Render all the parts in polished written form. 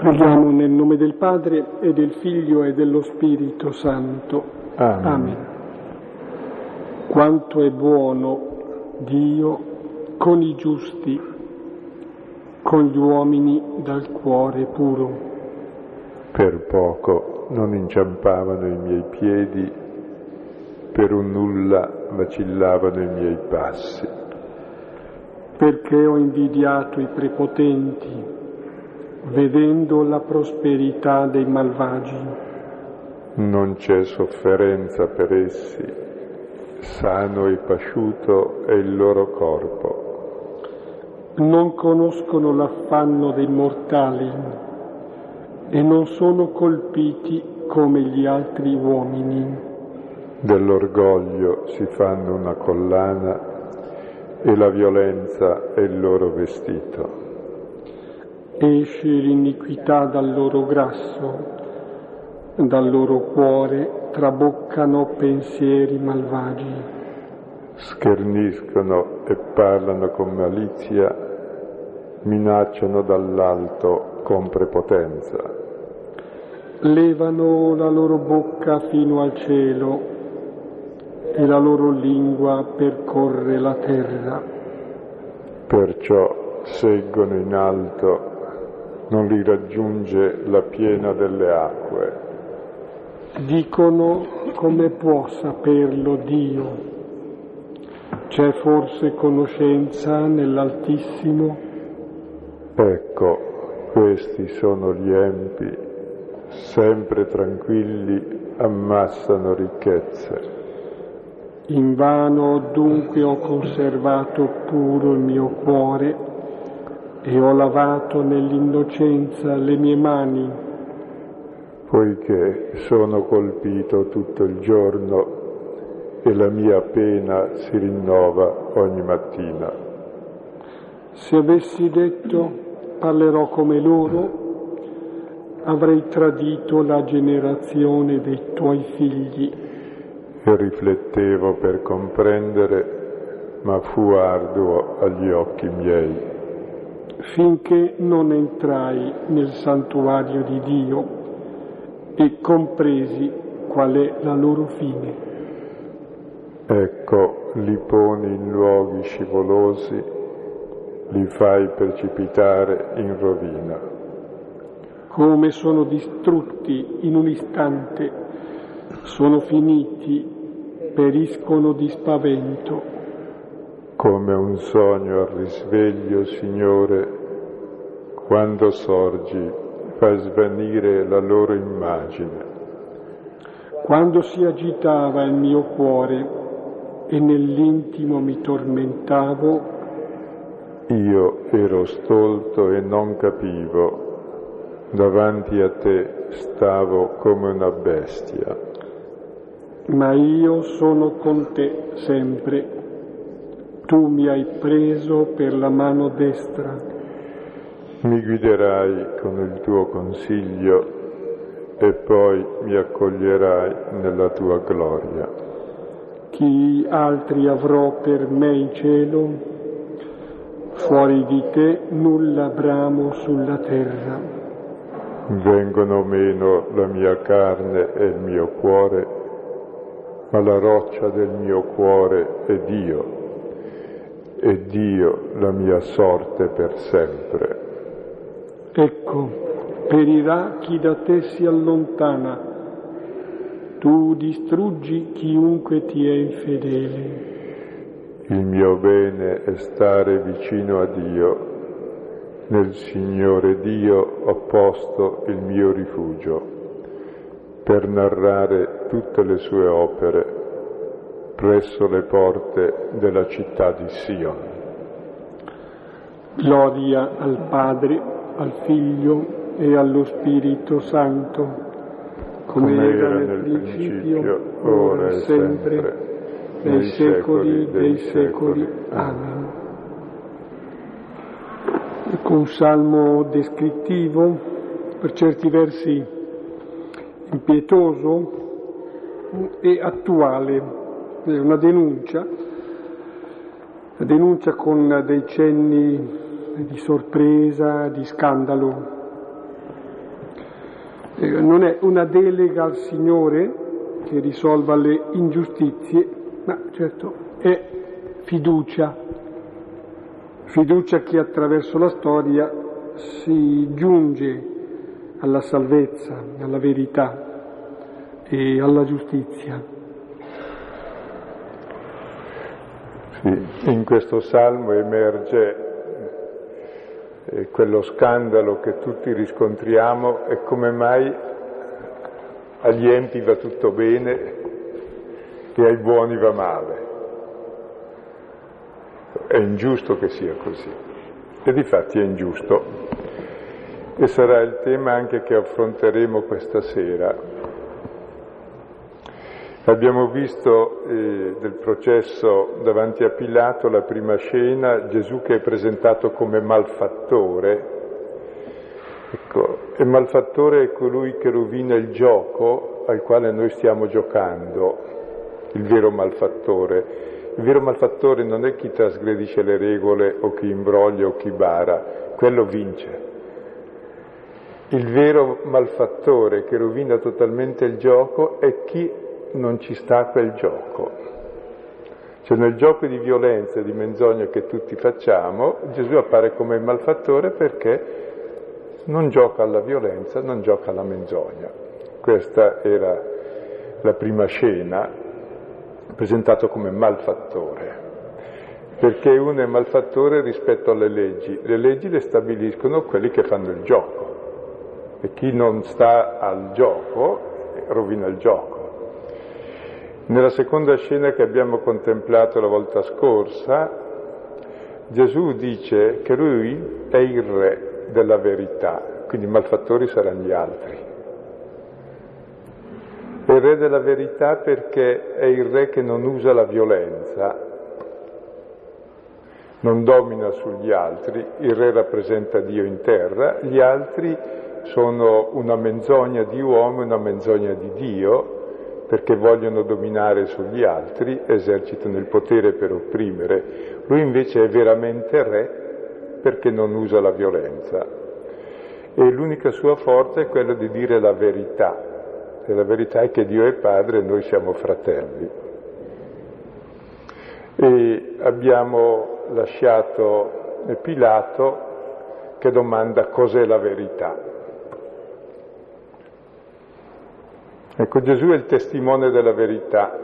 Preghiamo nel nome del Padre e del Figlio e dello Spirito Santo. Amen. Amen. Quanto è buono Dio con i giusti, con gli uomini dal cuore puro. Per poco non inciampavano i miei piedi, per un nulla vacillavano i miei passi. Perché ho invidiato i prepotenti, vedendo la prosperità dei malvagi. Non c'è sofferenza per essi, sano e pasciuto è il loro corpo. Non conoscono l'affanno dei mortali e non sono colpiti come gli altri uomini. Dell'orgoglio si fanno una collana e la violenza è il loro vestito. Esce l'iniquità dal loro grasso, dal loro cuore traboccano pensieri malvagi. Scherniscono e parlano con malizia, minacciano dall'alto con prepotenza. Levano la loro bocca fino al cielo e la loro lingua percorre la terra. Perciò seggono in alto, non li raggiunge la piena delle acque. Dicono: come può saperlo Dio? C'è forse conoscenza nell'Altissimo? Ecco, questi sono gli empi, sempre tranquilli, ammassano ricchezze. Invano dunque ho conservato puro il mio cuore e ho lavato nell'innocenza le mie mani. Poiché sono colpito tutto il giorno e la mia pena si rinnova ogni mattina. Se avessi detto parlerò come loro, avrei tradito la generazione dei tuoi figli. E riflettevo per comprendere, ma fu arduo agli occhi miei. Finché non entrai nel santuario di Dio e compresi qual è la loro fine. Ecco, li poni in luoghi scivolosi, li fai precipitare in rovina. Come sono distrutti in un istante, sono finiti, periscono di spavento. Come un sogno al risveglio, Signore, quando sorgi, fai svanire la loro immagine. Quando si agitava il mio cuore e nell'intimo mi tormentavo, io ero stolto e non capivo, davanti a te stavo come una bestia. Ma io sono con te sempre. Tu mi hai preso per la mano destra. Mi guiderai con il tuo consiglio e poi mi accoglierai nella tua gloria. Chi altri avrò per me in cielo? Fuori di te nulla bramo sulla terra. Vengono meno la mia carne e il mio cuore, ma la roccia del mio cuore è Dio. E Dio la mia sorte per sempre. Ecco, perirà chi da te si allontana, tu distruggi chiunque ti è infedele. Il mio bene è stare vicino a Dio, nel Signore Dio ho posto il mio rifugio, per narrare tutte le sue opere, presso le porte della città di Sion. Gloria al Padre, al Figlio e allo Spirito Santo, come era nel principio, ora e sempre, nei secoli dei secoli. Amen. Ecco un salmo descrittivo, per certi versi impietoso e attuale. È una denuncia con dei cenni di sorpresa, di scandalo. Non è una delega al Signore che risolva le ingiustizie, ma certo è fiducia che attraverso la storia si giunge alla salvezza, alla verità e alla giustizia. Sì, in questo salmo emerge quello scandalo che tutti riscontriamo e come mai agli empi va tutto bene e ai buoni va male. È ingiusto che sia così, e difatti è ingiusto, e sarà il tema anche che affronteremo questa sera. Abbiamo visto del processo davanti a Pilato, la prima scena, Gesù che è presentato come malfattore. Ecco, e malfattore è colui che rovina il gioco al quale noi stiamo giocando, il vero malfattore. Il vero malfattore non è chi trasgredisce le regole o chi imbroglia o chi bara, quello vince. Il vero malfattore che rovina totalmente il gioco è chi non ci sta a quel gioco. Cioè nel gioco di violenza e di menzogna che tutti facciamo, Gesù appare come il malfattore perché non gioca alla violenza, non gioca alla menzogna. Questa era la prima scena, presentato come malfattore, perché uno è malfattore rispetto alle leggi. Le leggi le stabiliscono quelli che fanno il gioco e chi non sta al gioco rovina il gioco. Nella seconda scena che abbiamo contemplato la volta scorsa, Gesù dice che lui è il re della verità, quindi i malfattori saranno gli altri. È il re della verità perché è il re che non usa la violenza, non domina sugli altri, il re rappresenta Dio in terra, gli altri sono una menzogna di uomo e una menzogna di Dio, perché vogliono dominare sugli altri, esercitano il potere per opprimere. Lui invece è veramente re perché non usa la violenza. E l'unica sua forza è quella di dire la verità. E la verità è che Dio è Padre e noi siamo fratelli. E abbiamo lasciato Pilato che domanda cos'è la verità. Ecco, Gesù è il testimone della verità.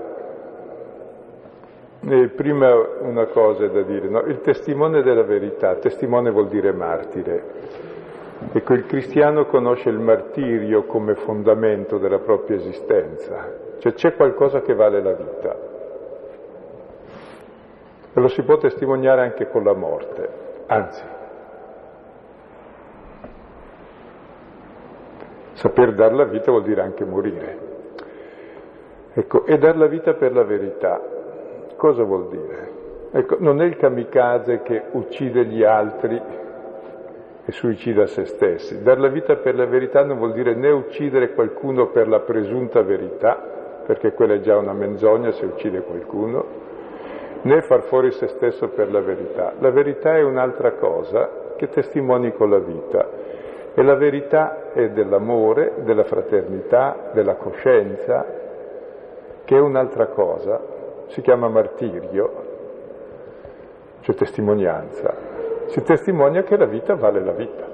E prima una cosa è da dire, no? Il testimone della verità, testimone vuol dire martire. Ecco, il cristiano conosce il martirio come fondamento della propria esistenza, cioè c'è qualcosa che vale la vita. E lo si può testimoniare anche con la morte, anzi, saper dar la vita vuol dire anche morire. Ecco, e dar la vita per la verità, cosa vuol dire? Ecco, non è il kamikaze che uccide gli altri e suicida se stessi. Dar la vita per la verità non vuol dire né uccidere qualcuno per la presunta verità, perché quella è già una menzogna se uccide qualcuno, né far fuori se stesso per la verità. La verità è un'altra cosa che testimoni con la vita. E la verità è dell'amore, della fraternità, della coscienza, che è un'altra cosa, si chiama martirio, cioè testimonianza. Si testimonia che la vita vale la vita.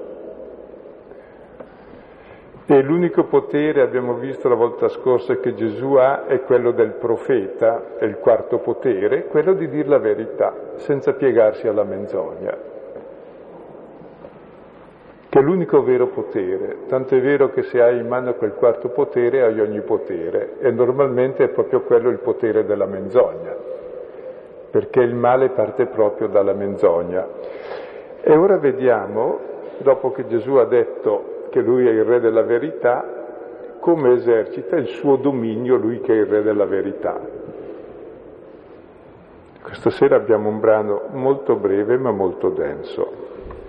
E l'unico potere, abbiamo visto la volta scorsa, che Gesù ha è quello del profeta, è il quarto potere, quello di dire la verità, senza piegarsi alla menzogna. Che è l'unico vero potere, tanto è vero che se hai in mano quel quarto potere hai ogni potere, e normalmente è proprio quello il potere della menzogna, perché il male parte proprio dalla menzogna. E ora vediamo, dopo che Gesù ha detto che lui è il re della verità, come esercita il suo dominio lui che è il re della verità. Questa sera abbiamo un brano molto breve ma molto denso.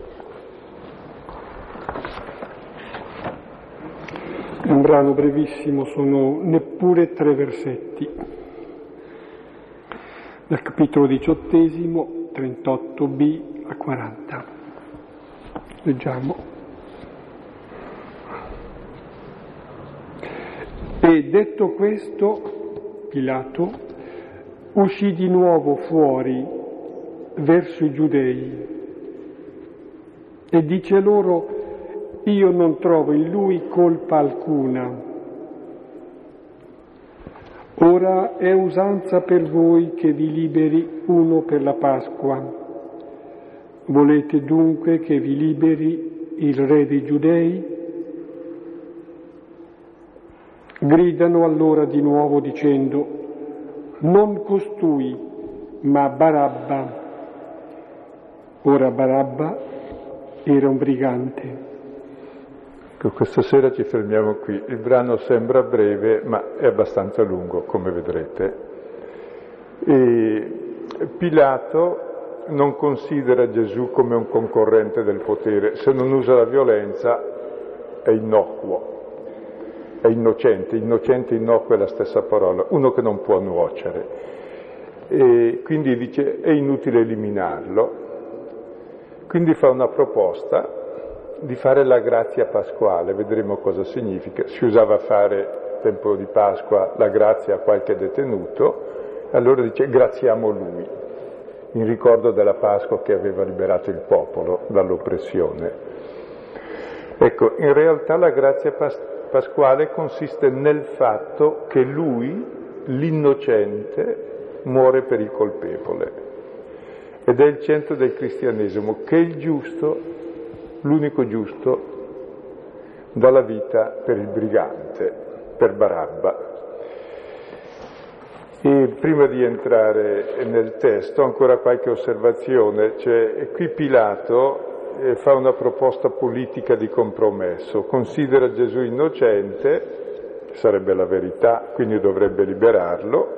È un brano brevissimo, sono neppure 3 versetti. Dal capitolo 18, 38b a 40. Leggiamo. E detto questo, Pilato uscì di nuovo fuori verso i Giudei e dice loro: io non trovo in lui colpa alcuna. Ora è usanza per voi che vi liberi uno per la Pasqua. Volete dunque che vi liberi il re dei Giudei? Gridano allora di nuovo dicendo: non costui, ma Barabba. Ora Barabba era un brigante. Questa sera ci fermiamo qui. Il brano sembra breve, ma è abbastanza lungo, come vedrete. E Pilato non considera Gesù come un concorrente del potere. Se non usa la violenza è innocuo, è innocente. Innocente e innocuo è la stessa parola, uno che non può nuocere. E quindi dice: è inutile eliminarlo. Quindi fa una proposta di fare la grazia pasquale, vedremo cosa significa. Si usava fare, tempo di Pasqua, la grazia a qualche detenuto, allora dice: graziamo lui, in ricordo della Pasqua che aveva liberato il popolo dall'oppressione. Ecco, in realtà la grazia pasquale consiste nel fatto che lui, l'innocente, muore per il colpevole. Ed è il centro del cristianesimo, che il giusto, l'unico giusto, dà la vita per il brigante, per Barabba. E prima di entrare nel testo, ancora qualche osservazione. Qui Pilato fa una proposta politica di compromesso, considera Gesù innocente, sarebbe la verità, quindi dovrebbe liberarlo,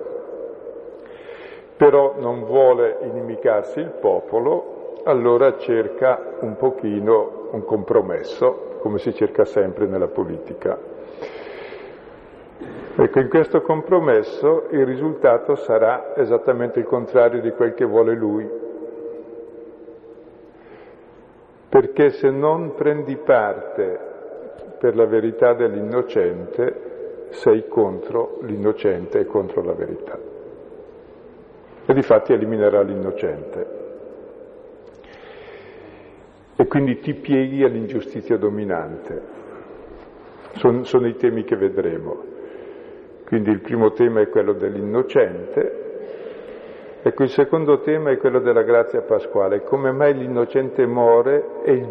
però non vuole inimicarsi il popolo, allora cerca un pochino un compromesso, come si cerca sempre nella politica. Ecco, in questo compromesso il risultato sarà esattamente il contrario di quel che vuole lui. Perché se non prendi parte per la verità dell'innocente, sei contro l'innocente e contro la verità. E difatti eliminerà l'innocente. E quindi ti pieghi all'ingiustizia dominante. Sono i temi che vedremo. Quindi il primo tema è quello dell'innocente. Ecco, il secondo tema è quello della grazia pasquale. Come mai l'innocente muore e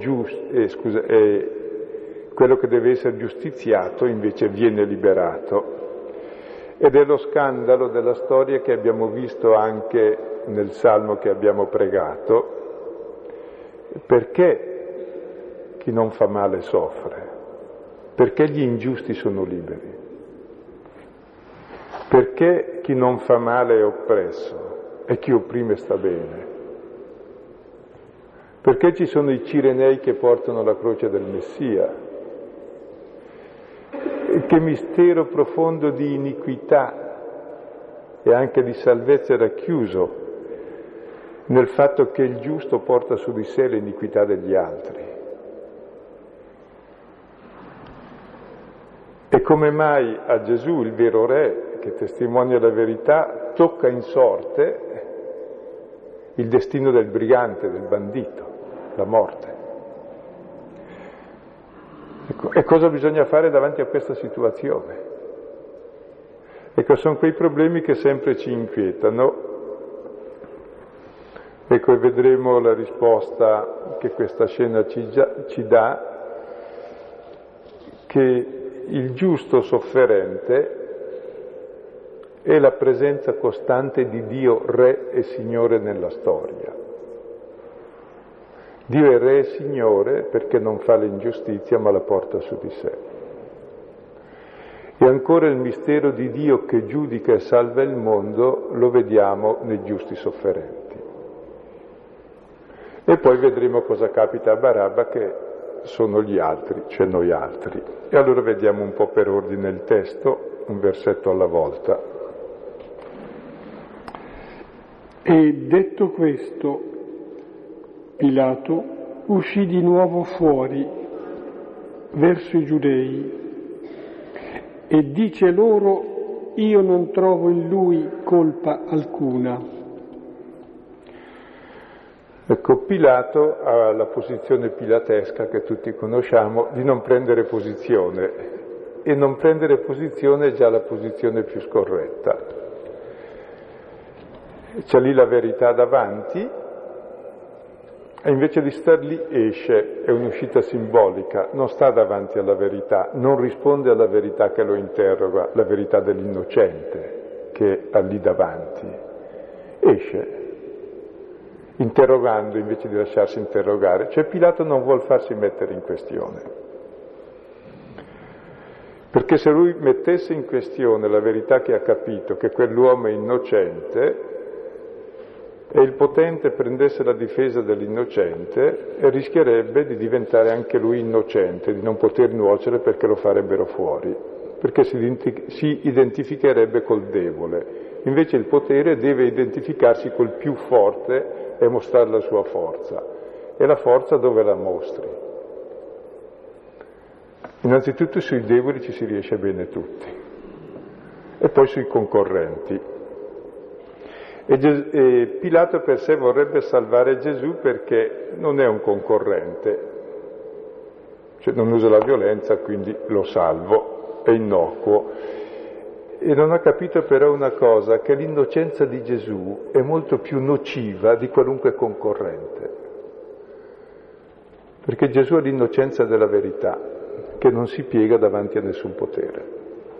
quello che deve essere giustiziato invece viene liberato. Ed è lo scandalo della storia che abbiamo visto anche nel Salmo che abbiamo pregato. Perché chi non fa male soffre? Perché gli ingiusti sono liberi? Perché chi non fa male è oppresso e chi opprime sta bene? Perché ci sono i Cirenei che portano la croce del Messia? Che mistero profondo di iniquità e anche di salvezza era chiuso nel fatto che il giusto porta su di sé l'iniquità degli altri. E come mai a Gesù, il vero Re, che testimonia la verità, tocca in sorte il destino del brigante, del bandito, la morte? Ecco, e cosa bisogna fare davanti a questa situazione? Ecco, sono quei problemi che sempre ci inquietano. Ecco, e vedremo la risposta che questa scena ci dà, che il giusto sofferente è la presenza costante di Dio Re e Signore nella storia. Dio è Re e Signore perché non fa l'ingiustizia ma la porta su di sé. E ancora il mistero di Dio che giudica e salva il mondo lo vediamo nei giusti sofferenti. E poi vedremo cosa capita a Barabba, che sono gli altri, cioè noi altri. E allora vediamo un po' per ordine il testo, un versetto alla volta. E detto questo, Pilato uscì di nuovo fuori verso i Giudei e dice loro: io non trovo in lui colpa alcuna. Ecco, Pilato ha la posizione pilatesca che tutti conosciamo di non prendere posizione, e non prendere posizione è già la posizione più scorretta. C'è lì la verità davanti e invece di star lì esce, è un'uscita simbolica, non sta davanti alla verità, non risponde alla verità che lo interroga, la verità dell'innocente che ha lì davanti. Esce, interrogando invece di lasciarsi interrogare. Cioè Pilato non vuol farsi mettere in questione. Perché se lui mettesse in questione la verità che ha capito, che quell'uomo è innocente, e il potente prendesse la difesa dell'innocente, rischierebbe di diventare anche lui innocente, di non poter nuocere perché lo farebbero fuori, perché si identificherebbe col debole. Invece il potere deve identificarsi col più forte e mostrare la sua forza. E la forza dove la mostri? Innanzitutto sui deboli ci si riesce bene tutti, e poi sui concorrenti. E Pilato per sé vorrebbe salvare Gesù perché non è un concorrente, cioè non usa la violenza, quindi lo salvo, è innocuo. E non ha capito però una cosa, che l'innocenza di Gesù è molto più nociva di qualunque concorrente. Perché Gesù ha l'innocenza della verità, che non si piega davanti a nessun potere.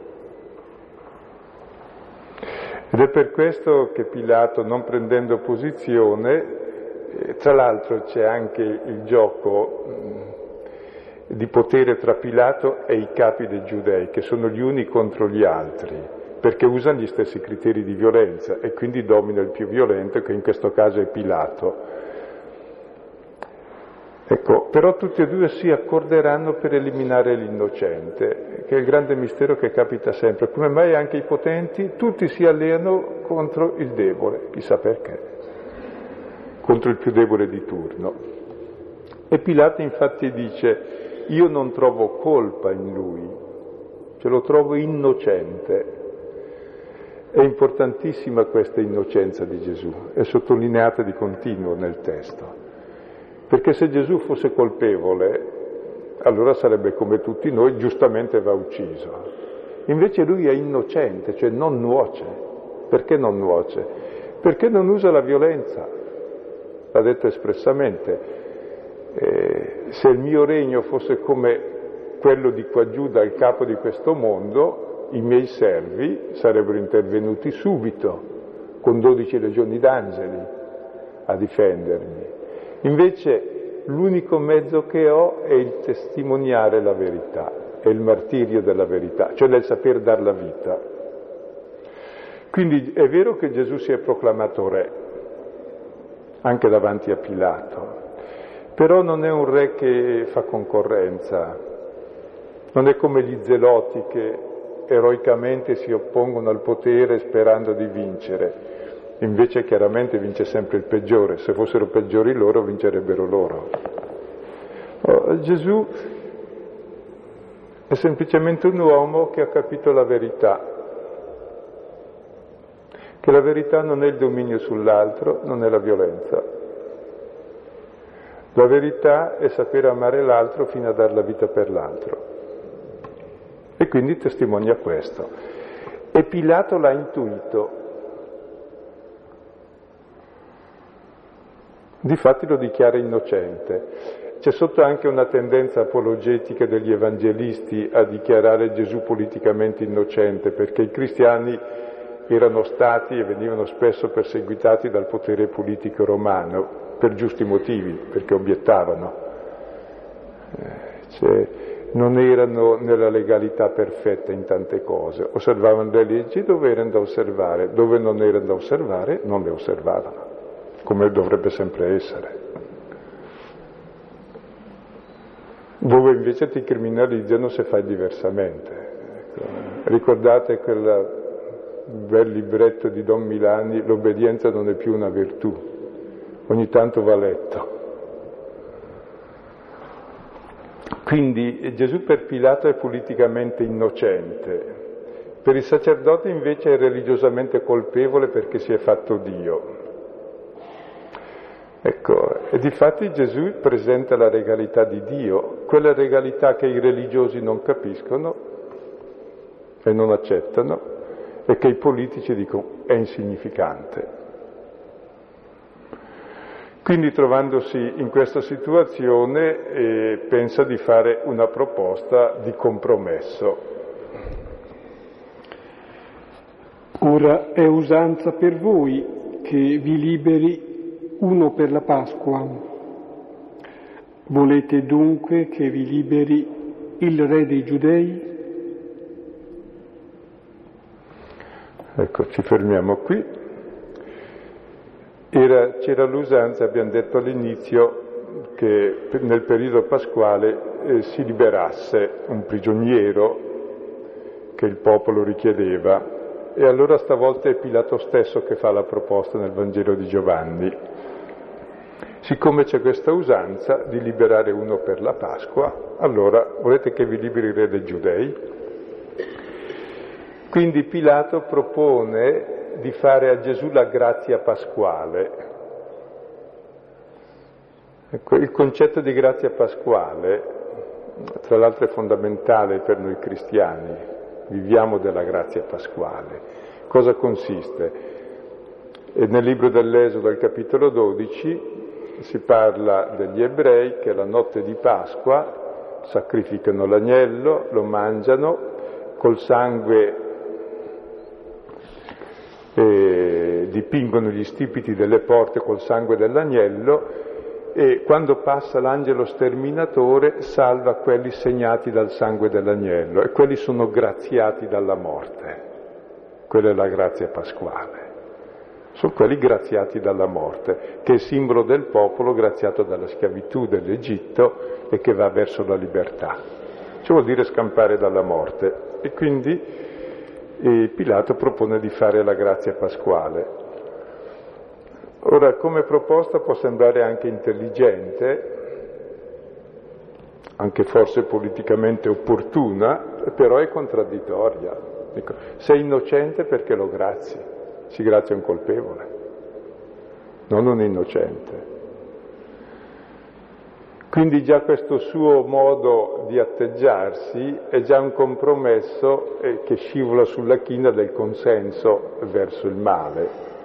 Ed è per questo che Pilato, non prendendo posizione, tra l'altro c'è anche il gioco di potere tra Pilato e i capi dei giudei, che sono gli uni contro gli altri, perché usano gli stessi criteri di violenza e quindi domina il più violento, che in questo caso è Pilato. Ecco, però tutti e due si accorderanno per eliminare l'innocente, che è il grande mistero che capita sempre. Come mai anche i potenti, tutti si alleano contro il debole, chissà perché, contro il più debole di turno. E Pilato infatti dice: io non trovo colpa in lui, ce lo trovo innocente. È importantissima questa innocenza di Gesù, è sottolineata di continuo nel testo. Perché se Gesù fosse colpevole, allora sarebbe come tutti noi, giustamente va ucciso. Invece lui è innocente, cioè non nuoce. Perché non nuoce? Perché non usa la violenza. L'ha detto espressamente. Se il mio regno fosse come quello di qua giù dal capo di questo mondo, i miei servi sarebbero intervenuti subito, con 12 legioni d'angeli, a difendermi. Invece l'unico mezzo che ho è il testimoniare la verità, è il martirio della verità, cioè del saper dar la vita. Quindi è vero che Gesù si è proclamato re, anche davanti a Pilato, però non è un re che fa concorrenza, non è come gli zeloti che eroicamente si oppongono al potere sperando di vincere. Invece chiaramente vince sempre il peggiore, se fossero peggiori loro vincerebbero loro. Gesù è semplicemente un uomo che ha capito la verità, che la verità non è il dominio sull'altro, non è la violenza. La verità è sapere amare l'altro fino a dar la vita per l'altro. E quindi testimonia questo. E Pilato l'ha intuito. Difatti lo dichiara innocente. C'è sotto anche una tendenza apologetica degli evangelisti a dichiarare Gesù politicamente innocente, perché i cristiani erano stati e venivano spesso perseguitati dal potere politico romano, per giusti motivi, perché obiettavano. Non erano nella legalità perfetta in tante cose, osservavano le leggi dove erano da osservare, dove non erano da osservare non le osservavano, come dovrebbe sempre essere. Dove invece ti criminalizzano se fai diversamente. Ecco. Ricordate quel bel libretto di Don Milani, l'obbedienza non è più una virtù, ogni tanto va letto. Quindi Gesù per Pilato è politicamente innocente, per i sacerdoti invece è religiosamente colpevole perché si è fatto Dio. Ecco, e difatti Gesù presenta la regalità di Dio, quella regalità che i religiosi non capiscono e non accettano e che i politici dicono è insignificante. Quindi trovandosi in questa situazione pensa di fare una proposta di compromesso. Ora è usanza per voi che vi liberi uno per la Pasqua. Volete dunque che vi liberi il Re dei Giudei? Ecco, ci fermiamo qui. C'era l'usanza, abbiamo detto all'inizio, che nel periodo pasquale si liberasse un prigioniero che il popolo richiedeva, e allora stavolta è Pilato stesso che fa la proposta nel Vangelo di Giovanni. Siccome c'è questa usanza di liberare uno per la Pasqua, allora volete che vi liberi il Re dei Giudei? Quindi Pilato propone di fare a Gesù la grazia pasquale. Ecco, il concetto di grazia pasquale, tra l'altro, è fondamentale per noi cristiani. Viviamo della grazia pasquale. Cosa consiste? E nel libro dell'Esodo, al capitolo 12, si parla degli ebrei che la notte di Pasqua sacrificano l'agnello, lo mangiano, col sangue dipingono gli stipiti delle porte col sangue dell'agnello, e quando passa l'angelo sterminatore salva quelli segnati dal sangue dell'agnello, e quelli sono graziati dalla morte. Quella è la grazia pasquale. Sono quelli graziati dalla morte, che è simbolo del popolo graziato dalla schiavitù dell'Egitto e che va verso la libertà. Ciò vuol dire scampare dalla morte. E quindi Pilato propone di fare la grazia pasquale. Ora, come proposta può sembrare anche intelligente, anche forse politicamente opportuna, però è contraddittoria. Dico, sei innocente perché lo grazi, si grazia un colpevole, non un innocente. Quindi già questo suo modo di atteggiarsi è già un compromesso che scivola sulla china del consenso verso il male.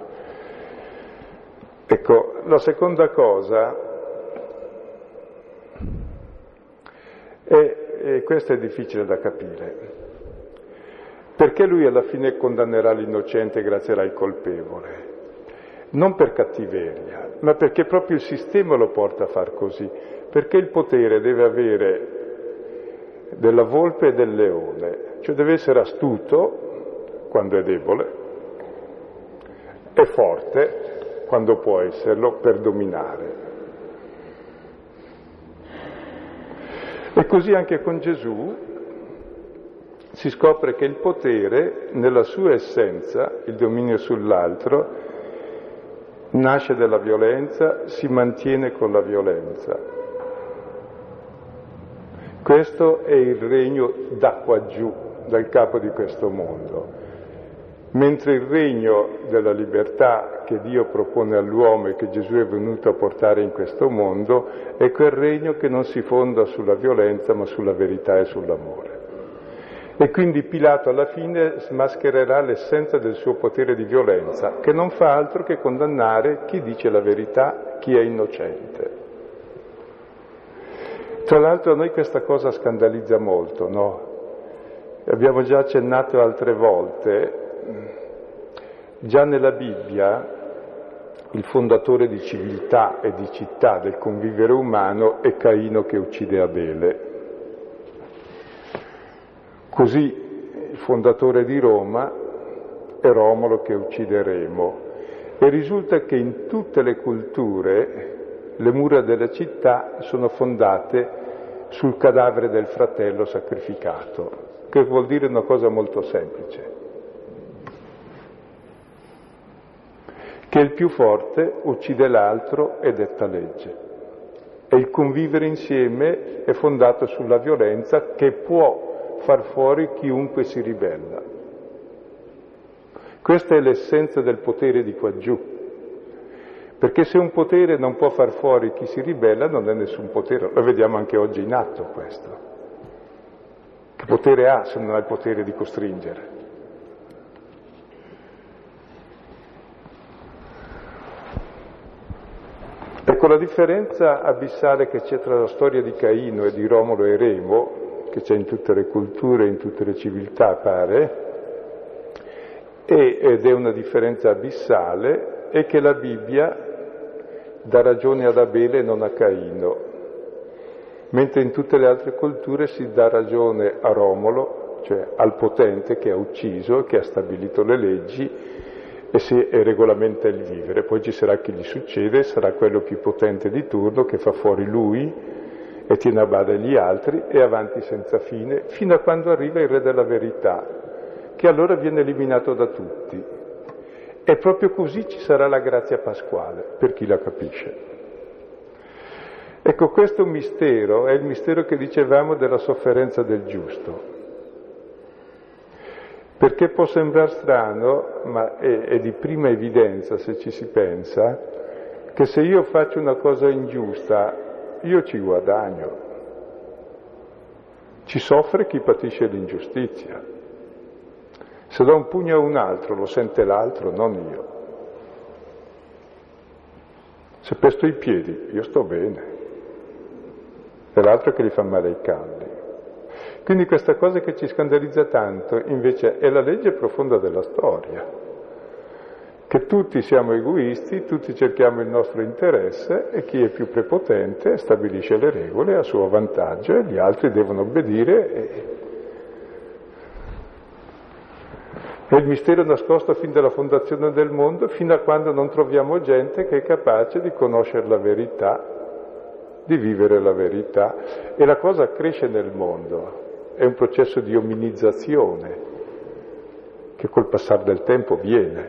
Ecco, la seconda cosa e questo è difficile da capire, perché lui alla fine condannerà l'innocente e grazierà il colpevole? Non per cattiveria, ma perché proprio il sistema lo porta a far così, perché il potere deve avere della volpe e del leone, cioè deve essere astuto quando è debole e forte quando può esserlo per dominare. E così anche con Gesù si scopre che il potere, nella sua essenza, il dominio sull'altro, nasce dalla violenza, si mantiene con la violenza. Questo è il regno da qua giù, dal capo di questo mondo. Mentre il regno della libertà che Dio propone all'uomo e che Gesù è venuto a portare in questo mondo è quel regno che non si fonda sulla violenza ma sulla verità e sull'amore. E quindi Pilato alla fine smaschererà l'essenza del suo potere di violenza, che non fa altro che condannare chi dice la verità, chi è innocente. Tra l'altro a noi questa cosa scandalizza molto, no? Abbiamo già accennato altre volte, già nella Bibbia il fondatore di civiltà e di città del convivere umano è Caino che uccide Abele. Così il fondatore di Roma è Romolo che uccide Remo. E risulta che in tutte le culture le mura della città sono fondate sul cadavere del fratello sacrificato, che vuol dire una cosa molto semplice, che il più forte uccide l'altro e detta legge. E il convivere insieme è fondato sulla violenza che può far fuori chiunque si ribella. Questa è l'essenza del potere di qua giù. Perché se un potere non può far fuori chi si ribella, non è nessun potere. Lo vediamo anche oggi in atto questo. Che potere ha se non ha il potere di costringere? Ecco la differenza abissale che c'è tra la storia di Caino e di Romolo e Remo, che c'è in tutte le culture, in tutte le civiltà pare, ed è una differenza abissale, è che la Bibbia dà ragione ad Abele e non a Caino, mentre in tutte le altre culture si dà ragione a Romolo, cioè al potente che ha ucciso, che ha stabilito le leggi e regolamenta il vivere. Poi ci sarà chi gli succede, sarà quello più potente di turno che fa fuori lui e tiene a bada gli altri e avanti senza fine, fino a quando arriva il Re della Verità, che allora viene eliminato da tutti. E proprio così ci sarà la grazia pasquale, per chi la capisce. Ecco, questo mistero è il mistero che dicevamo della sofferenza del giusto. Perché può sembrare strano, ma è di prima evidenza se ci si pensa, che se io faccio una cosa ingiusta, io ci guadagno. Ci soffre chi patisce l'ingiustizia. Se do un pugno a un altro, lo sente l'altro, non io. Se pesto i piedi, io sto bene. È l'altro che gli fa male ai calli. Quindi questa cosa che ci scandalizza tanto, invece, è la legge profonda della storia. Che tutti siamo egoisti, tutti cerchiamo il nostro interesse e chi è più prepotente stabilisce le regole a suo vantaggio e gli altri devono obbedire. È il mistero nascosto fin dalla fondazione del mondo, fino a quando non troviamo gente che è capace di conoscere la verità, di vivere la verità. E la cosa cresce nel mondo, è un processo di ominizzazione che col passare del tempo viene.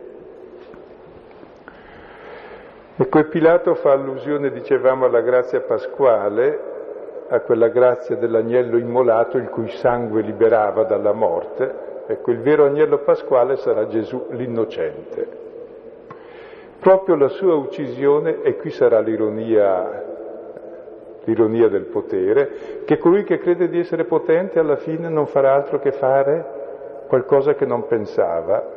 Ecco, e Pilato fa allusione, dicevamo, alla grazia pasquale, a quella grazia dell'agnello immolato il cui sangue liberava dalla morte. Ecco, il vero agnello pasquale sarà Gesù l'innocente. Proprio la sua uccisione, e qui sarà l'ironia del potere, che colui che crede di essere potente alla fine non farà altro che fare qualcosa che non pensava.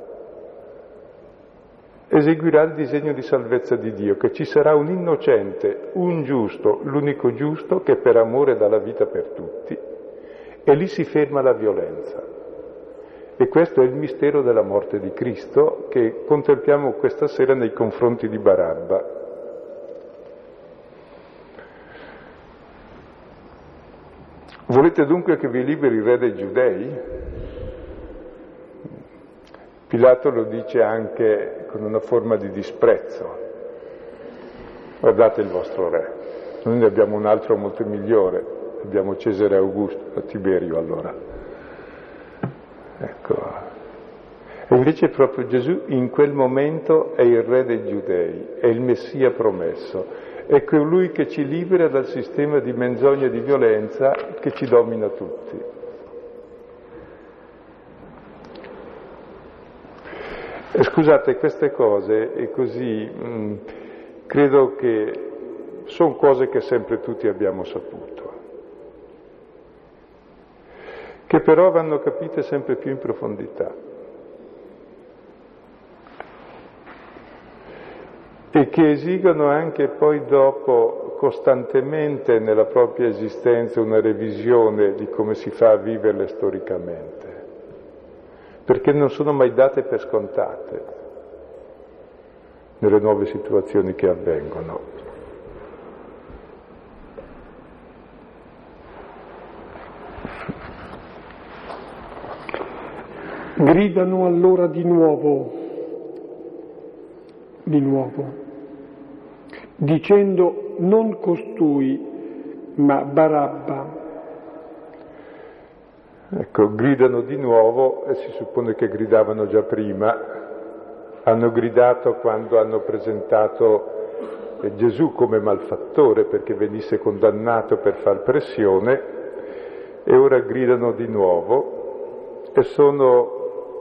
Eseguirà il disegno di salvezza di Dio, che ci sarà un innocente, un giusto, l'unico giusto che per amore dà la vita per tutti, e lì si ferma la violenza. E questo è il mistero della morte di Cristo che contempliamo questa sera nei confronti di Barabba. Volete dunque che vi liberi il re dei Giudei? Pilato lo dice anche con una forma di disprezzo. Guardate il vostro re, noi ne abbiamo un altro molto migliore, abbiamo Cesare Augusto, Tiberio allora. Ecco. E invece proprio Gesù in quel momento è il re dei Giudei, è il Messia promesso. È colui che ci libera dal sistema di menzogna e di violenza che ci domina tutti. E scusate, queste cose, e così, credo che sono cose che sempre tutti abbiamo saputo, che però vanno capite sempre più in profondità. E che esigono anche poi dopo costantemente nella propria esistenza una revisione di come si fa a viverle storicamente, perché non sono mai date per scontate nelle nuove situazioni che avvengono. Gridano allora di nuovo, dicendo non costui, ma Barabba. Ecco, gridano di nuovo e si suppone che gridavano già prima. Hanno gridato quando hanno presentato e Gesù come malfattore perché venisse condannato per far pressione, e ora gridano di nuovo, e sono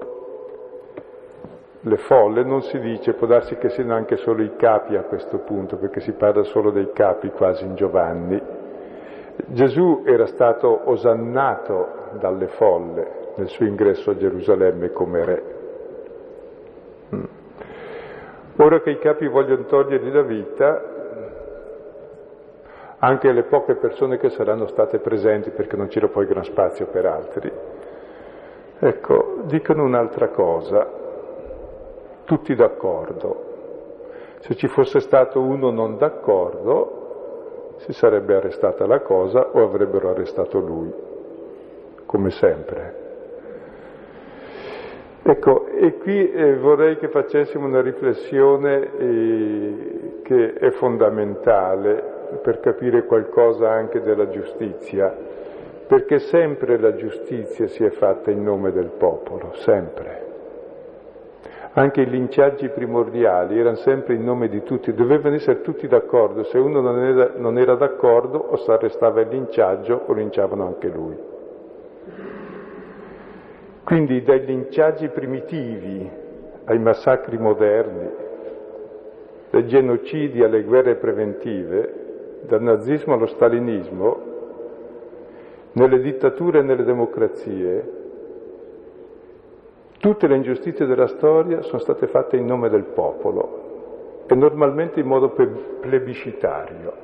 le folle, non si dice, può darsi che siano anche solo i capi a questo punto, perché si parla solo dei capi quasi in Giovanni. Gesù era stato osannato dalle folle nel suo ingresso a Gerusalemme come re. Ora che i capi vogliono togliergli la vita, anche le poche persone che saranno state presenti, perché non c'era poi gran spazio per altri, ecco, dicono un'altra cosa, tutti d'accordo. Se ci fosse stato uno non d'accordo, si sarebbe arrestata la cosa o avrebbero arrestato lui, come sempre. Ecco, e qui vorrei che facessimo una riflessione che è fondamentale per capire qualcosa anche della giustizia, perché sempre la giustizia si è fatta in nome del popolo, sempre. Anche i linciaggi primordiali erano sempre in nome di tutti, dovevano essere tutti d'accordo, se uno non era d'accordo o si arrestava il linciaggio o linciavano anche lui. Quindi dai linciaggi primitivi ai massacri moderni, dai genocidi alle guerre preventive, dal nazismo allo stalinismo, nelle dittature e nelle democrazie, tutte le ingiustizie della storia sono state fatte in nome del popolo e normalmente in modo plebiscitario.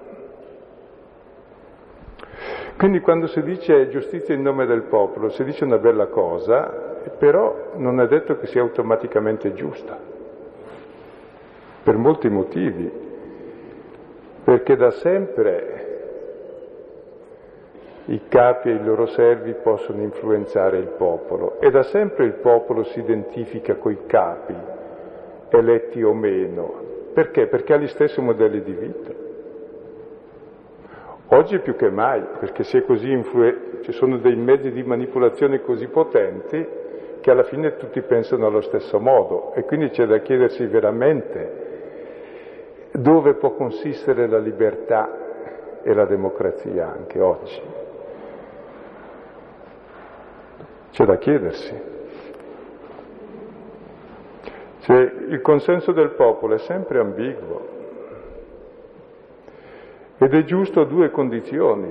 Quindi quando si dice giustizia in nome del popolo, si dice una bella cosa, però non è detto che sia automaticamente giusta, per molti motivi, perché da sempre i capi e i loro servi possono influenzare il popolo e da sempre il popolo si identifica coi capi, eletti o meno. Perché? Perché ha gli stessi modelli di vita. Oggi più che mai, perché si è così ci sono dei mezzi di manipolazione così potenti che alla fine tutti pensano allo stesso modo e quindi c'è da chiedersi veramente dove può consistere la libertà e la democrazia anche oggi. C'è da chiedersi. Cioè, il consenso del popolo è sempre ambiguo ed è giusto a due condizioni.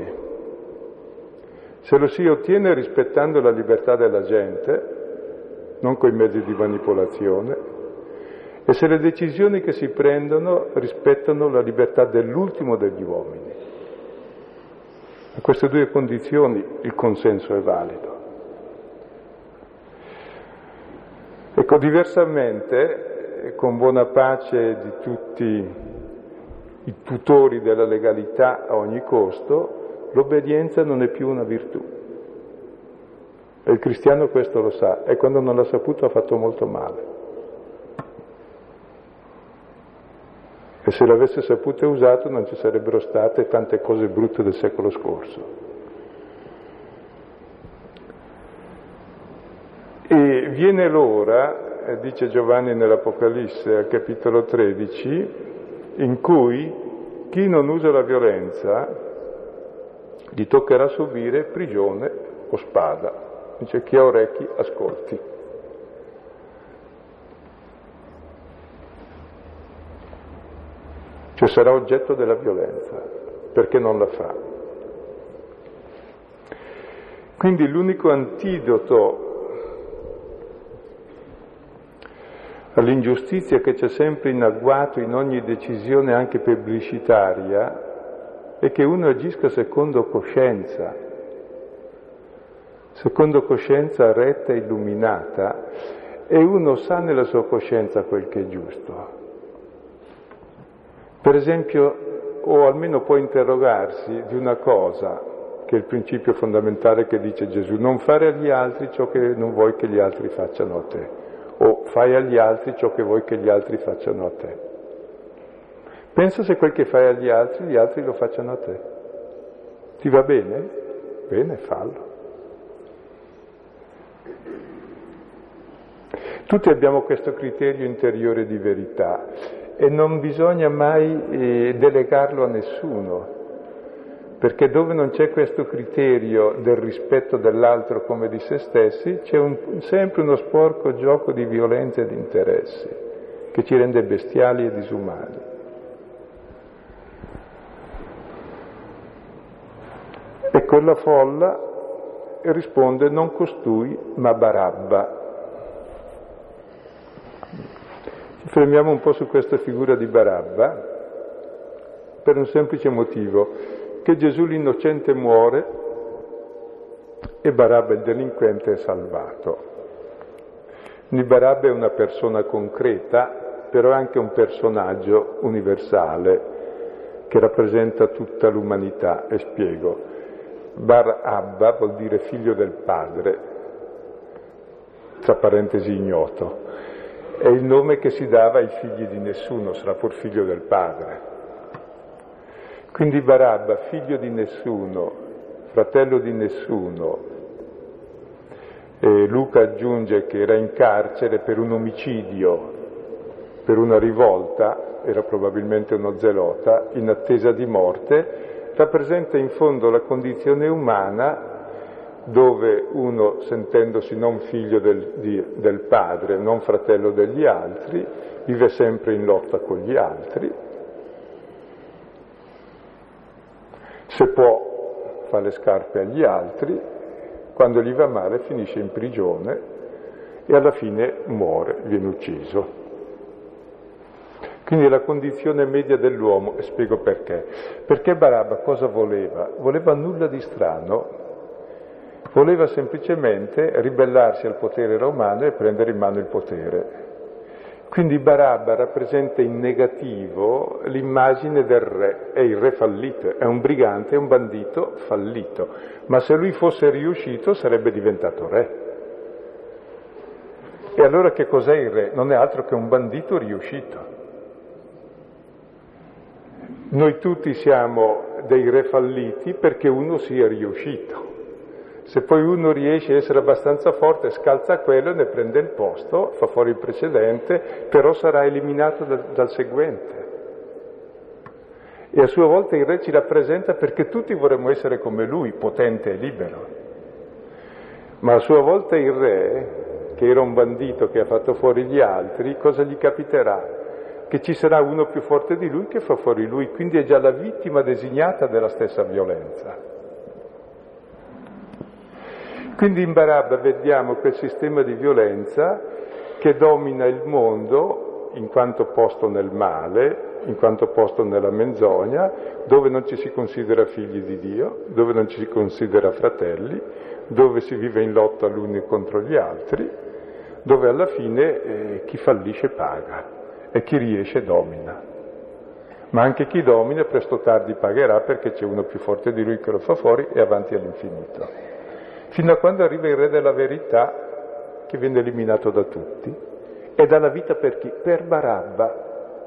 Se lo si ottiene rispettando la libertà della gente, non coi mezzi di manipolazione, e se le decisioni che si prendono rispettano la libertà dell'ultimo degli uomini. A queste due condizioni il consenso è valido. Ecco, diversamente, con buona pace di tutti i tutori della legalità a ogni costo, l'obbedienza non è più una virtù. E il cristiano questo lo sa, e quando non l'ha saputo ha fatto molto male. E se l'avesse saputo e usato non ci sarebbero state tante cose brutte del secolo scorso. E viene l'ora, dice Giovanni nell'Apocalisse al capitolo 13, in cui chi non usa la violenza gli toccherà subire prigione o spada. Dice chi ha orecchi ascolti. Cioè sarà oggetto della violenza perché non la fa. Quindi l'unico antidoto all'ingiustizia che c'è sempre in agguato in ogni decisione anche pubblicitaria è che uno agisca secondo coscienza retta e illuminata, e uno sa nella sua coscienza quel che è giusto. Per esempio, o almeno può interrogarsi di una cosa, che è il principio fondamentale che dice Gesù: non fare agli altri ciò che non vuoi che gli altri facciano a te. O fai agli altri ciò che vuoi che gli altri facciano a te. Pensa se quel che fai agli altri, gli altri lo facciano a te. Ti va bene? Bene, fallo. Tutti abbiamo questo criterio interiore di verità e non bisogna mai delegarlo a nessuno, perché dove non c'è questo criterio del rispetto dell'altro come di se stessi, c'è sempre uno sporco gioco di violenza e di interessi che ci rende bestiali e disumani. E quella folla risponde: non costui, ma Barabba. Ci fermiamo un po' su questa figura di Barabba per un semplice motivo, che Gesù l'innocente muore e Barabba il delinquente è salvato. Quindi Barabba è una persona concreta, però è anche un personaggio universale che rappresenta tutta l'umanità, e spiego. Bar-Abba vuol dire figlio del padre, tra parentesi ignoto, è il nome che si dava ai figli di nessuno, sarà pur figlio del padre. Quindi Barabba, figlio di nessuno, fratello di nessuno, e Luca aggiunge che era in carcere per un omicidio, per una rivolta, era probabilmente uno zelota, in attesa di morte, rappresenta in fondo la condizione umana dove uno, sentendosi non figlio del padre, non fratello degli altri, vive sempre in lotta con gli altri. Se può, fa le scarpe agli altri, quando gli va male finisce in prigione e alla fine muore, viene ucciso. Quindi la condizione media dell'uomo, e spiego perché. Perché Barabba cosa voleva? Voleva nulla di strano, voleva semplicemente ribellarsi al potere romano e prendere in mano il potere. Quindi Barabba rappresenta in negativo l'immagine del re, è il re fallito, è un brigante, è un bandito fallito, ma se lui fosse riuscito sarebbe diventato re. E allora che cos'è il re? Non è altro che un bandito riuscito. Noi tutti siamo dei re falliti perché uno sia riuscito. Se poi uno riesce a essere abbastanza forte, scalza quello e ne prende il posto, fa fuori il precedente, però sarà eliminato dal seguente. E a sua volta il re ci rappresenta perché tutti vorremmo essere come lui, potente e libero. Ma a sua volta il re, che era un bandito che ha fatto fuori gli altri, cosa gli capiterà? Che ci sarà uno più forte di lui che fa fuori lui, quindi è già la vittima designata della stessa violenza. Quindi in Barabba vediamo quel sistema di violenza che domina il mondo in quanto posto nel male, in quanto posto nella menzogna, dove non ci si considera figli di Dio, dove non ci si considera fratelli, dove si vive in lotta gli uni contro gli altri, dove alla fine chi fallisce paga. E chi riesce domina. Ma anche chi domina presto o tardi pagherà perché c'è uno più forte di lui che lo fa fuori e avanti all'infinito. Fino a quando arriva il re della verità che viene eliminato da tutti e dà la vita per chi? Per Barabba,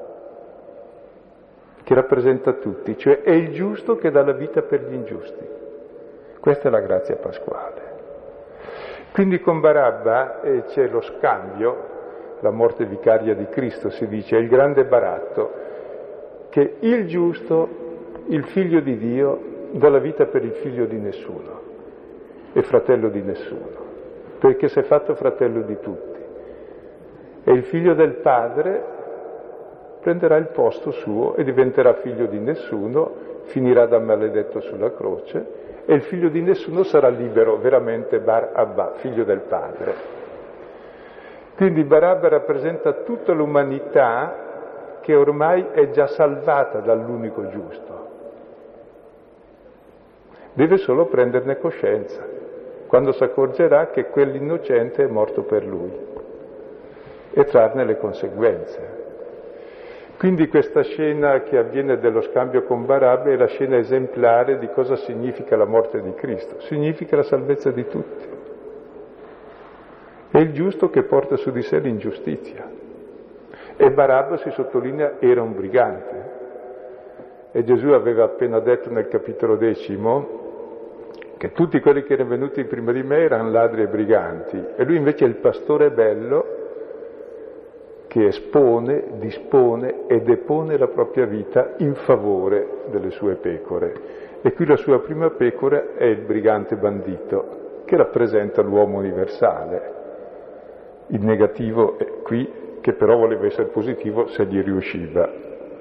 che rappresenta tutti, cioè è il giusto che dà la vita per gli ingiusti. Questa è la grazia pasquale. Quindi con Barabba c'è lo scambio, la morte vicaria di Cristo, si dice, è il grande baratto, che il giusto, il figlio di Dio, dà la vita per il figlio di nessuno e fratello di nessuno, perché si è fatto fratello di tutti. E il figlio del padre prenderà il posto suo e diventerà figlio di nessuno, finirà da maledetto sulla croce, e il figlio di nessuno sarà libero, veramente Bar-Abba, figlio del padre. Quindi Barabba rappresenta tutta l'umanità che ormai è già salvata dall'unico giusto. Deve solo prenderne coscienza, quando si accorgerà che quell'innocente è morto per lui e trarne le conseguenze. Quindi questa scena che avviene dello scambio con Barabba è la scena esemplare di cosa significa la morte di Cristo. Significa la salvezza di tutti. È il giusto che porta su di sé l'ingiustizia. E Barabba, si sottolinea, era un brigante. E Gesù aveva appena detto nel capitolo 10 che tutti quelli che erano venuti prima di me erano ladri e briganti. E lui invece è il pastore bello che espone, dispone e depone la propria vita in favore delle sue pecore. E qui la sua prima pecora è il brigante bandito, che rappresenta l'uomo universale. Il negativo è qui, che però voleva essere positivo se gli riusciva.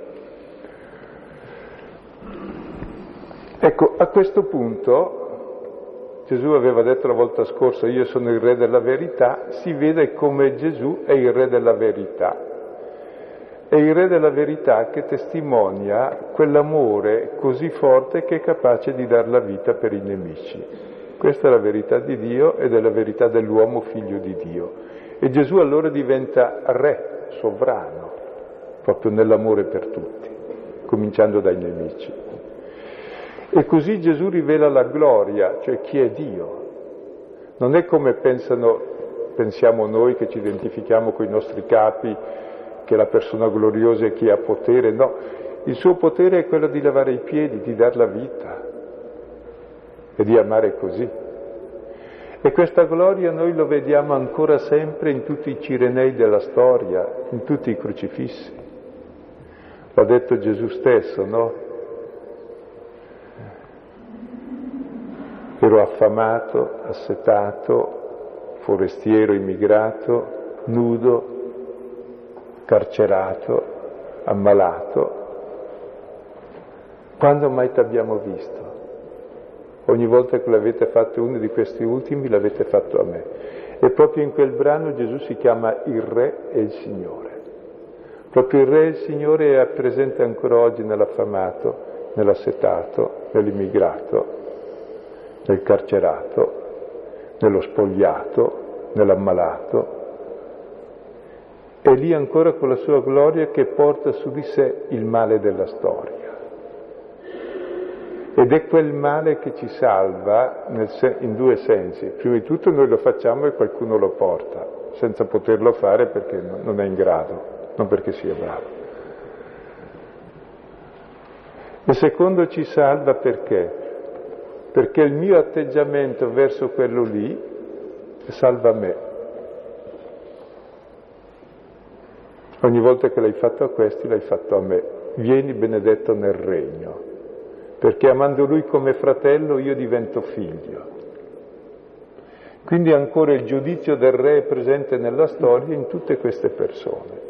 Ecco, a questo punto, Gesù aveva detto la volta scorsa, io sono il re della verità, si vede come Gesù è il re della verità. È il re della verità che testimonia quell'amore così forte che è capace di dar la vita per i nemici. Questa è la verità di Dio ed è la verità dell'uomo figlio di Dio. E Gesù allora diventa re, sovrano, proprio nell'amore per tutti, cominciando dai nemici. E così Gesù rivela la gloria, cioè chi è Dio. Non è come pensiamo noi che ci identifichiamo con i nostri capi, che la persona gloriosa è chi ha potere, no. Il suo potere è quello di lavare i piedi, di dar la vita e di amare così. E questa gloria noi lo vediamo ancora sempre in tutti i cirenei della storia, in tutti i crocifissi. L'ha detto Gesù stesso, no? Ero affamato, assetato, forestiero, immigrato, nudo, carcerato, ammalato. Quando mai ti abbiamo visto? Ogni volta che l'avete fatto uno di questi ultimi, l'avete fatto a me. E proprio in quel brano Gesù si chiama il Re e il Signore. Proprio il Re e il Signore è presente ancora oggi nell'affamato, nell'assetato, nell'immigrato, nel carcerato, nello spogliato, nell'ammalato. È lì ancora con la sua gloria che porta su di sé il male della storia. Ed è quel male che ci salva in due sensi. Prima di tutto noi lo facciamo e qualcuno lo porta, senza poterlo fare perché non è in grado, non perché sia bravo. E secondo ci salva perché? Perché il mio atteggiamento verso quello lì salva me. Ogni volta che l'hai fatto a questi, l'hai fatto a me. Vieni benedetto nel regno. Perché amando lui come fratello io divento figlio. Quindi ancora il giudizio del re è presente nella storia in tutte queste persone.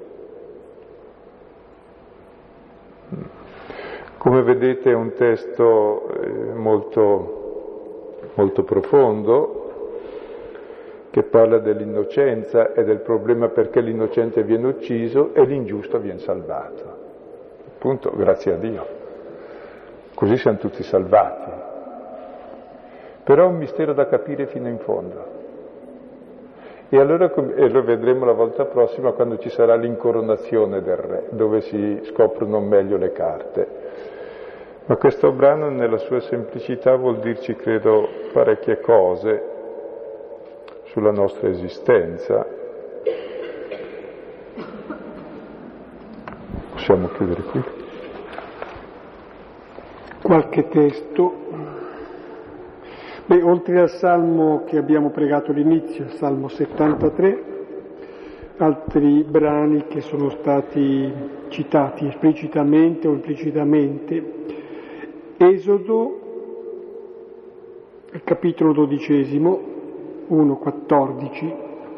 Come vedete è un testo molto, molto profondo, che parla dell'innocenza e del problema perché l'innocente viene ucciso e l'ingiusto viene salvato. Appunto, grazie a Dio. Così siamo tutti salvati. Però è un mistero da capire fino in fondo. E allora lo vedremo la volta prossima quando ci sarà l'incoronazione del re, dove si scoprono meglio le carte. Ma questo brano nella sua semplicità vuol dirci, credo, parecchie cose sulla nostra esistenza. Possiamo chiudere qui. Qualche testo. Oltre al Salmo che abbiamo pregato all'inizio, il Salmo 73, altri brani che sono stati citati esplicitamente o implicitamente. Esodo, il capitolo 12, 1:14,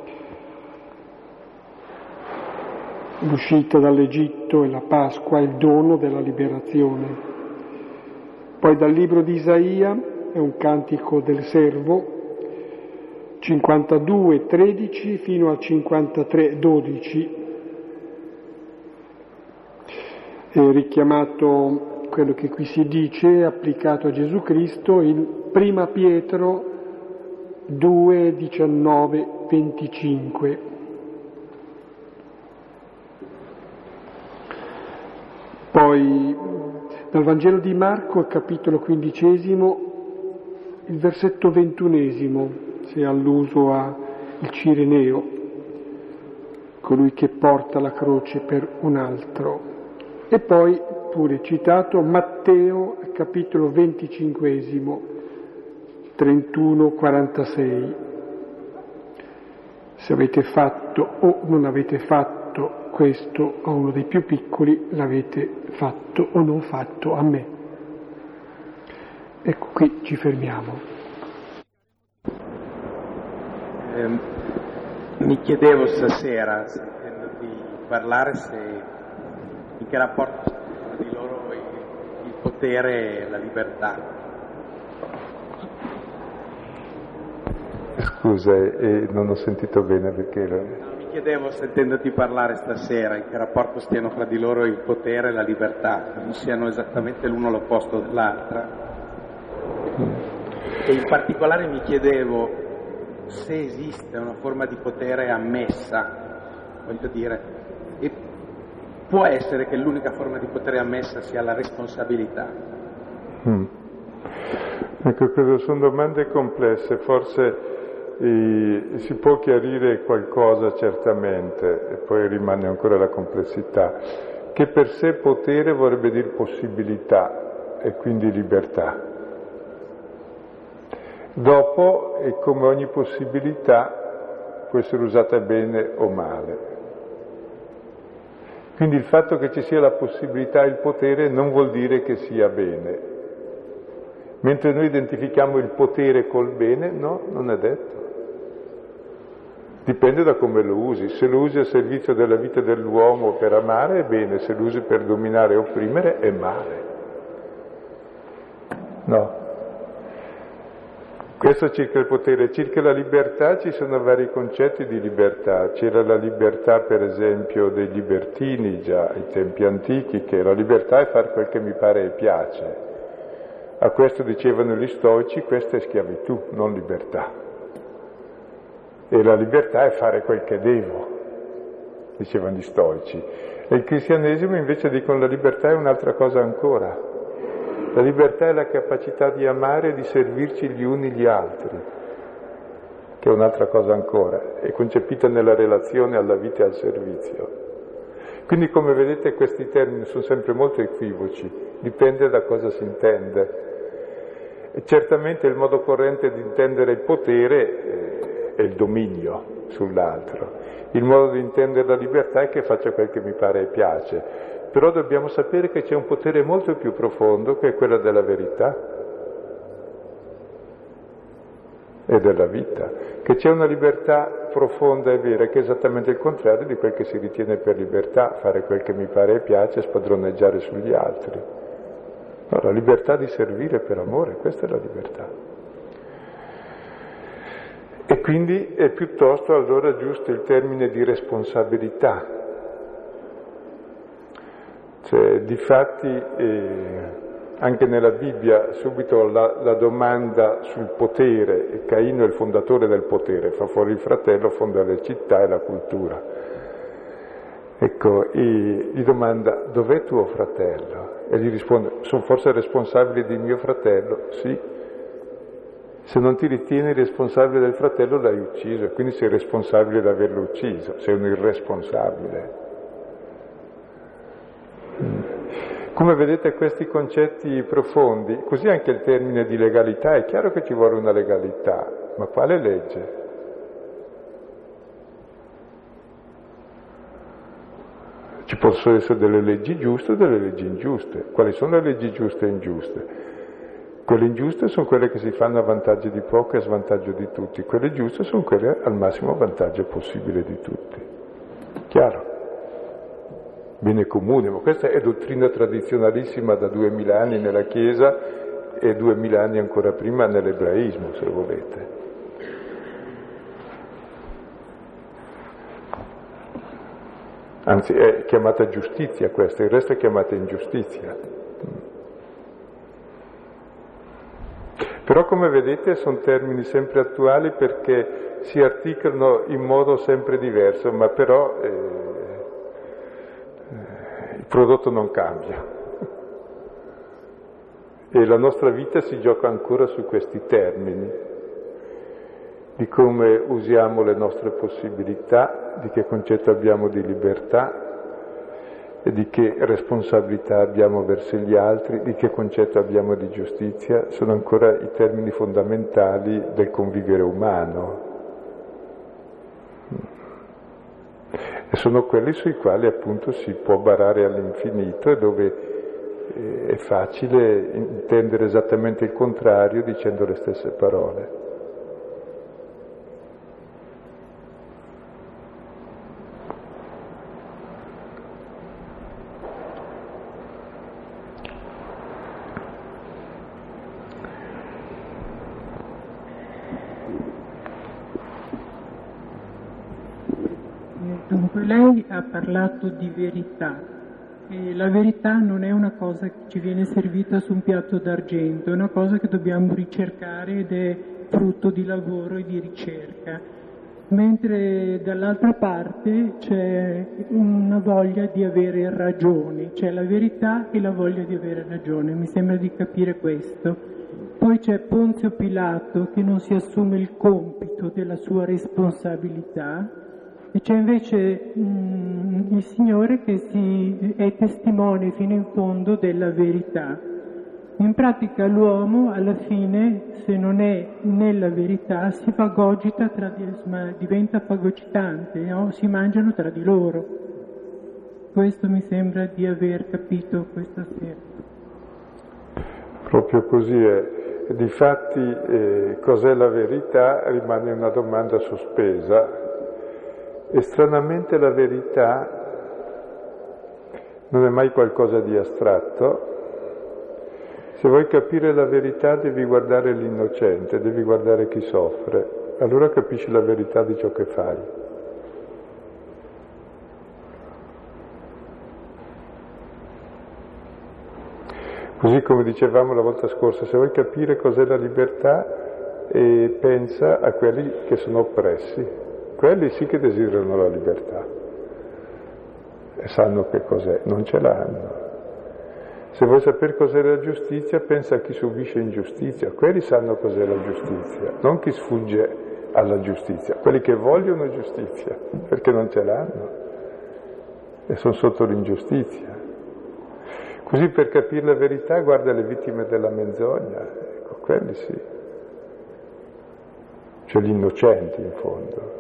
l'uscita dall'Egitto e la Pasqua, il dono della liberazione. Poi dal libro di Isaia è un cantico del servo, 52:13 fino al 53:12, è richiamato quello che qui si dice, applicato a Gesù Cristo, in Prima Pietro 2:19-25. Poi dal Vangelo di Marco, capitolo 15, il versetto 21, si è alluso al Cireneo, colui che porta la croce per un altro. E poi, pure citato, Matteo, capitolo 25, 31-46. Se avete fatto o non avete fatto questo a uno dei più piccoli l'avete fatto o non fatto a me. Ecco, qui ci fermiamo. Mi chiedevo stasera, sentendoti parlare, in che rapporto sono di loro il potere e la libertà. Scusa, non ho sentito bene perché... Mi chiedevo, sentendoti parlare stasera, in che rapporto stiano fra di loro il potere e la libertà, non siano esattamente l'uno l'opposto dell'altra. E in particolare mi chiedevo se esiste una forma di potere ammessa, voglio dire, e può essere che l'unica forma di potere ammessa sia la responsabilità. Ecco, credo sono domande complesse, forse si può chiarire qualcosa certamente, e poi rimane ancora la complessità, che per sé potere vorrebbe dire possibilità e quindi libertà. Dopo, e come ogni possibilità, può essere usata bene o male. Quindi il fatto che ci sia la possibilità e il potere non vuol dire che sia bene. Mentre noi identifichiamo il potere col bene, no, non è detto. Dipende da come lo usi. Se lo usi a servizio della vita dell'uomo per amare è bene, se lo usi per dominare e opprimere è male. No. Questo circa il potere. Circa la libertà ci sono vari concetti di libertà. C'era la libertà, per esempio, dei libertini già ai tempi antichi, che la libertà è fare quel che mi pare e piace. A questo dicevano gli stoici, questa è schiavitù, non libertà. E la libertà è fare quel che devo, dicevano gli stoici. E il cristianesimo invece dicono la libertà è un'altra cosa ancora. La libertà è la capacità di amare e di servirci gli uni gli altri, che è un'altra cosa ancora, è concepita nella relazione alla vita e al servizio. Quindi, come vedete, questi termini sono sempre molto equivoci, dipende da cosa si intende. E certamente il modo corrente di intendere il potere è il dominio sull'altro. Il modo di intendere la libertà è che faccia quel che mi pare e piace. Però dobbiamo sapere che c'è un potere molto più profondo, che è quello della verità e della vita, che c'è una libertà profonda e vera, che è esattamente il contrario di quel che si ritiene per libertà, fare quel che mi pare e piace, spadroneggiare sugli altri. No, la libertà di servire per amore, questa è la libertà. E quindi è piuttosto allora giusto il termine di responsabilità. Cioè, difatti, anche nella Bibbia subito la domanda sul potere, e Caino è il fondatore del potere, fa fuori il fratello, fonda le città e la cultura. Ecco, gli domanda: dov'è tuo fratello? E gli risponde: sono forse responsabile di mio fratello? Sì. Se non ti ritieni responsabile del fratello l'hai ucciso, e quindi sei responsabile di averlo ucciso, sei un irresponsabile. Come vedete questi concetti profondi, così anche il termine di legalità, è chiaro che ci vuole una legalità, ma quale legge? Ci possono essere delle leggi giuste e delle leggi ingiuste. Quali sono le leggi giuste e ingiuste? Quelle ingiuste sono quelle che si fanno a vantaggio di pochi e a svantaggio di tutti, quelle giuste sono quelle al massimo vantaggio possibile di tutti. Chiaro? Bene comune, ma questa è dottrina tradizionalissima da 2000 anni nella Chiesa e 2000 anni ancora prima nell'ebraismo, se volete. Anzi, è chiamata giustizia questa, il resto è chiamata ingiustizia. Però, come vedete, sono termini sempre attuali perché si articolano in modo sempre diverso, ma però il prodotto non cambia. E la nostra vita si gioca ancora su questi termini, di come usiamo le nostre possibilità, di che concetto abbiamo di libertà e di che responsabilità abbiamo verso gli altri, di che concetto abbiamo di giustizia, sono ancora i termini fondamentali del convivere umano. E sono quelli sui quali appunto si può barare all'infinito e dove è facile intendere esattamente il contrario dicendo le stesse parole. Dunque, lei ha parlato di verità. E la verità non è una cosa che ci viene servita su un piatto d'argento, è una cosa che dobbiamo ricercare ed è frutto di lavoro e di ricerca. Mentre dall'altra parte c'è una voglia di avere ragione, c'è la verità e la voglia di avere ragione, mi sembra di capire questo. Poi c'è Ponzio Pilato che non si assume il compito della sua responsabilità, e c'è invece il Signore che è testimone fino in fondo della verità. In pratica l'uomo alla fine, se non è nella verità, si fagocita diventa fagocitante, no? Si mangiano tra di loro. Questo mi sembra di aver capito questa sera. Proprio così è. Difatti cos'è la verità rimane una domanda sospesa. E stranamente la verità non è mai qualcosa di astratto. Se vuoi capire la verità devi guardare l'innocente, devi guardare chi soffre, allora capisci la verità di ciò che fai. Così come dicevamo la volta scorsa, se vuoi capire cos'è la libertà, pensa a quelli che sono oppressi. Quelli sì che desiderano la libertà e sanno che cos'è, non ce l'hanno. Se vuoi sapere cos'è la giustizia, pensa a chi subisce ingiustizia, quelli sanno cos'è la giustizia, non chi sfugge alla giustizia, quelli che vogliono giustizia, perché non ce l'hanno e sono sotto l'ingiustizia. Così per capire la verità guarda le vittime della menzogna, ecco, quelli sì, cioè gli innocenti in fondo.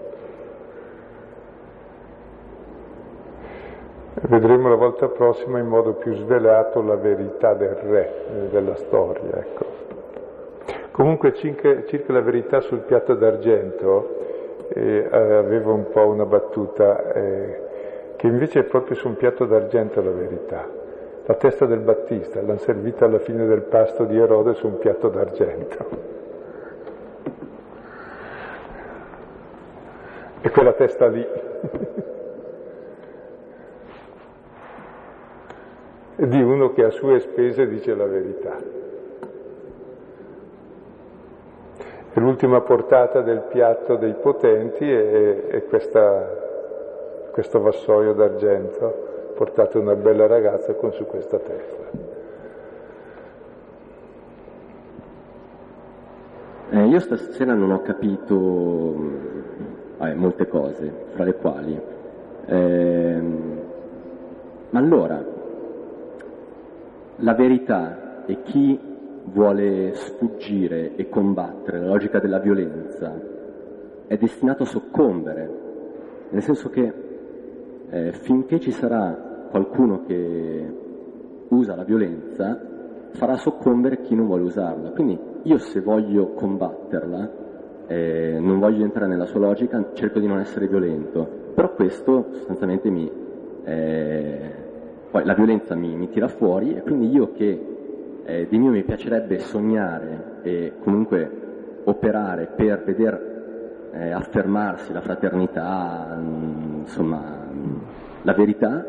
Vedremo la volta prossima in modo più svelato la verità del re, della storia, ecco. Comunque circa la verità sul piatto d'argento, avevo un po' una battuta, che invece è proprio su un piatto d'argento la verità. La testa del Battista l'hanno servita alla fine del pasto di Erode su un piatto d'argento. E quella testa lì. Di uno che a sue spese dice la verità. E l'ultima portata del piatto dei potenti è questo vassoio d'argento, portato una bella ragazza con su questa testa. Io stasera non ho capito molte cose, fra le quali. Ma allora, la verità e chi vuole sfuggire e combattere la logica della violenza è destinato a soccombere, nel senso che finché ci sarà qualcuno che usa la violenza farà soccombere chi non vuole usarla. Quindi io, se voglio combatterla, non voglio entrare nella sua logica, cerco di non essere violento, però questo sostanzialmente poi la violenza mi tira fuori, e quindi io che di mio mi piacerebbe sognare e comunque operare per veder affermarsi la fraternità, insomma la verità,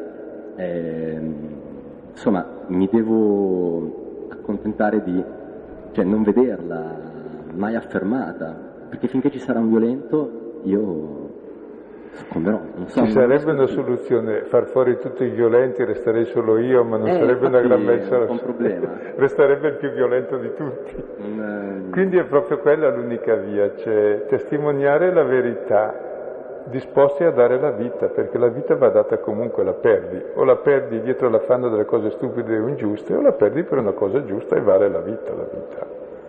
insomma mi devo accontentare di non vederla mai affermata, perché finché ci sarà un violento io soccomberò. Ci sarebbe una soluzione, far fuori tutti i violenti, resterei solo io, ma non sarebbe una gran bella soluzione. È un problema. Resterebbe il più violento di tutti. Quindi è proprio quella l'unica via, cioè testimoniare la verità, disposti a dare la vita, perché la vita va data comunque, la perdi. O la perdi dietro l'affanno delle cose stupide o ingiuste, o la perdi per una cosa giusta e vale la vita, la vita.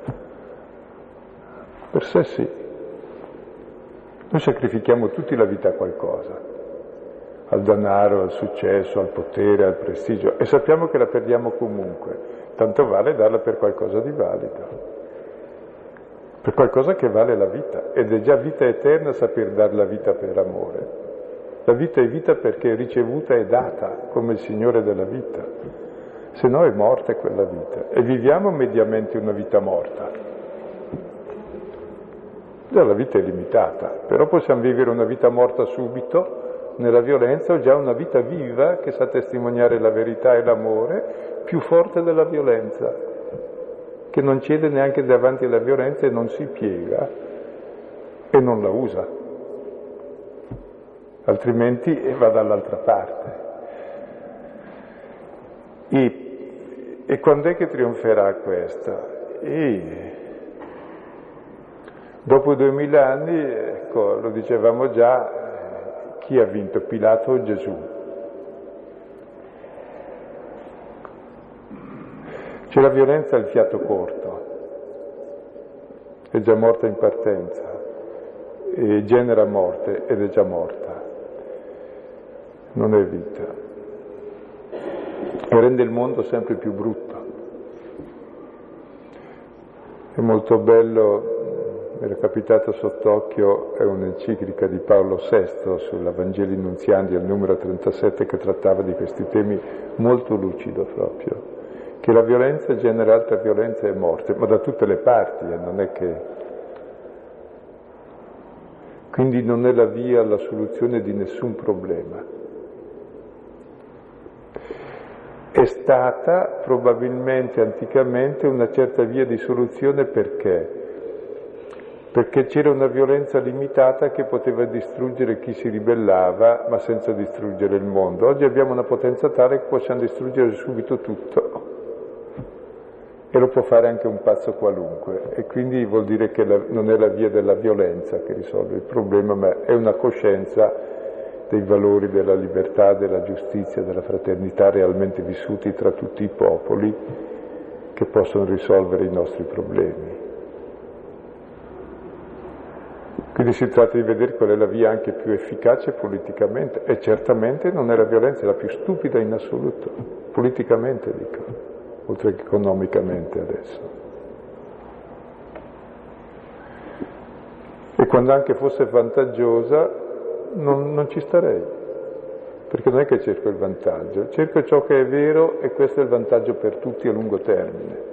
Per sé sì. Noi sacrifichiamo tutti la vita a qualcosa. al denaro, al successo, al potere, al prestigio, e sappiamo che la perdiamo comunque, tanto vale darla per qualcosa di valido, per qualcosa che vale la vita, ed è già vita eterna saper dare la vita per amore. La vita è vita perché è ricevuta e data come il Signore della vita, se no è morta quella vita, e viviamo mediamente una vita morta. Già la vita è limitata, però possiamo vivere una vita morta subito, nella violenza, o già una vita viva che sa testimoniare la verità e l'amore più forte della violenza, che non cede neanche davanti alla violenza e non si piega e non la usa, altrimenti va dall'altra parte. E quando è che trionferà questa? Dopo 2000 anni, ecco, lo dicevamo già, chi ha vinto, Pilato o Gesù? C'è la violenza al fiato corto, è già morta in partenza, e genera morte ed è già morta, non è vita, e rende il mondo sempre più brutto. È molto bello, mi era capitato sott'occhio, è un'enciclica di Paolo VI sulla Vangeli Nunziandi al numero 37 che trattava di questi temi, molto lucido proprio, che la violenza genera altra violenza e morte, ma da tutte le parti, non è che... Quindi non è la via alla soluzione di nessun problema. È stata probabilmente anticamente una certa via di soluzione perché? Perché c'era una violenza limitata che poteva distruggere chi si ribellava, ma senza distruggere il mondo. Oggi abbiamo una potenza tale che possiamo distruggere subito tutto. E lo può fare anche un pazzo qualunque, e quindi vuol dire che non è la via della violenza che risolve il problema, ma è una coscienza dei valori della libertà, della giustizia, della fraternità realmente vissuti tra tutti i popoli che possono risolvere i nostri problemi. Quindi si tratta di vedere qual è la via anche più efficace politicamente, e certamente non è la violenza, è la più stupida in assoluto, politicamente dico, oltre che economicamente adesso. E quando anche fosse vantaggiosa non ci starei, perché non è che cerco il vantaggio, cerco ciò che è vero, e questo è il vantaggio per tutti a lungo termine.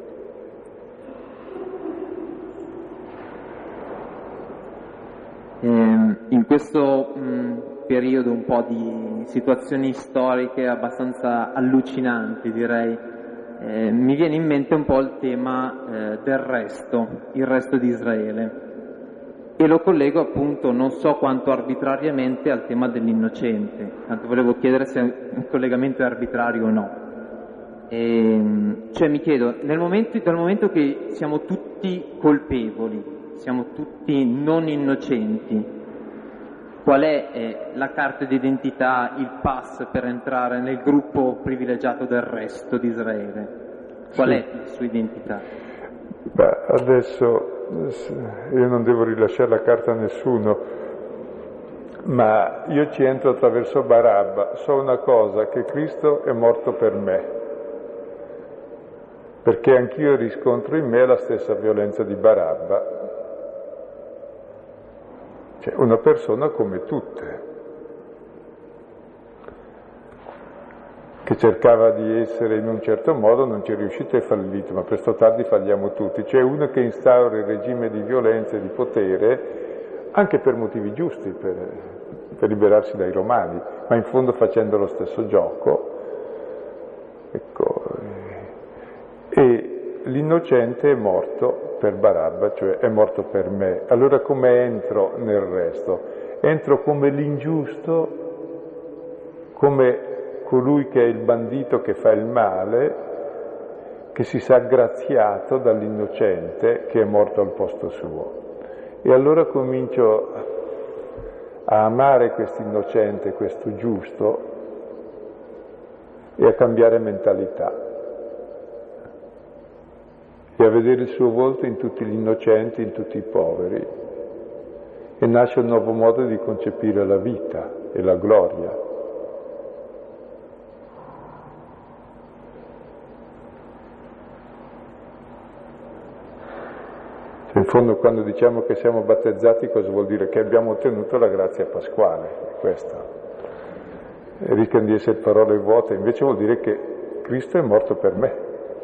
In questo periodo un po' di situazioni storiche abbastanza allucinanti, direi, mi viene in mente un po' il tema del resto, il resto di Israele, e lo collego appunto, non so quanto arbitrariamente, al tema dell'innocente, tanto volevo chiedere se il collegamento è arbitrario o no. Cioè mi chiedo, dal momento che siamo tutti colpevoli, siamo tutti non innocenti, qual è la carta d'identità, il pass per entrare nel gruppo privilegiato del resto di Israele? Qual è la sua identità? Beh, adesso io non devo rilasciare la carta a nessuno, ma io ci entro attraverso Barabba. So una cosa, che Cristo è morto per me, perché anch'io riscontro in me la stessa violenza di Barabba. Cioè, una persona come tutte, che cercava di essere in un certo modo, non ci è riuscito e è fallito, ma presto o tardi falliamo tutti. C'è uno che instaura il regime di violenza e di potere, anche per motivi giusti, per liberarsi dai romani, ma in fondo facendo lo stesso gioco. Ecco, e l'innocente è morto per Barabba, cioè è morto per me. Allora come entro nel resto? Entro come l'ingiusto, come colui che è il bandito che fa il male, che si sa graziato dall'innocente che è morto al posto suo. E allora comincio a amare questo innocente, questo giusto, e a cambiare mentalità, e a vedere il suo volto in tutti gli innocenti, in tutti i poveri, e nasce un nuovo modo di concepire la vita e la gloria. fondo quando diciamo che siamo battezzati cosa vuol dire? Che abbiamo ottenuto la grazia pasquale, è questo. E rischiano di essere parole vuote, invece vuol dire che Cristo è morto per me.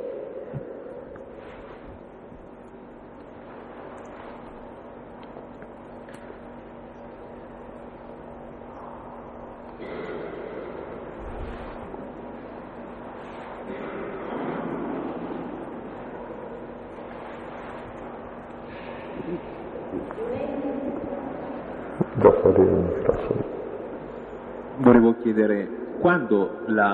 Volevo chiedere, quando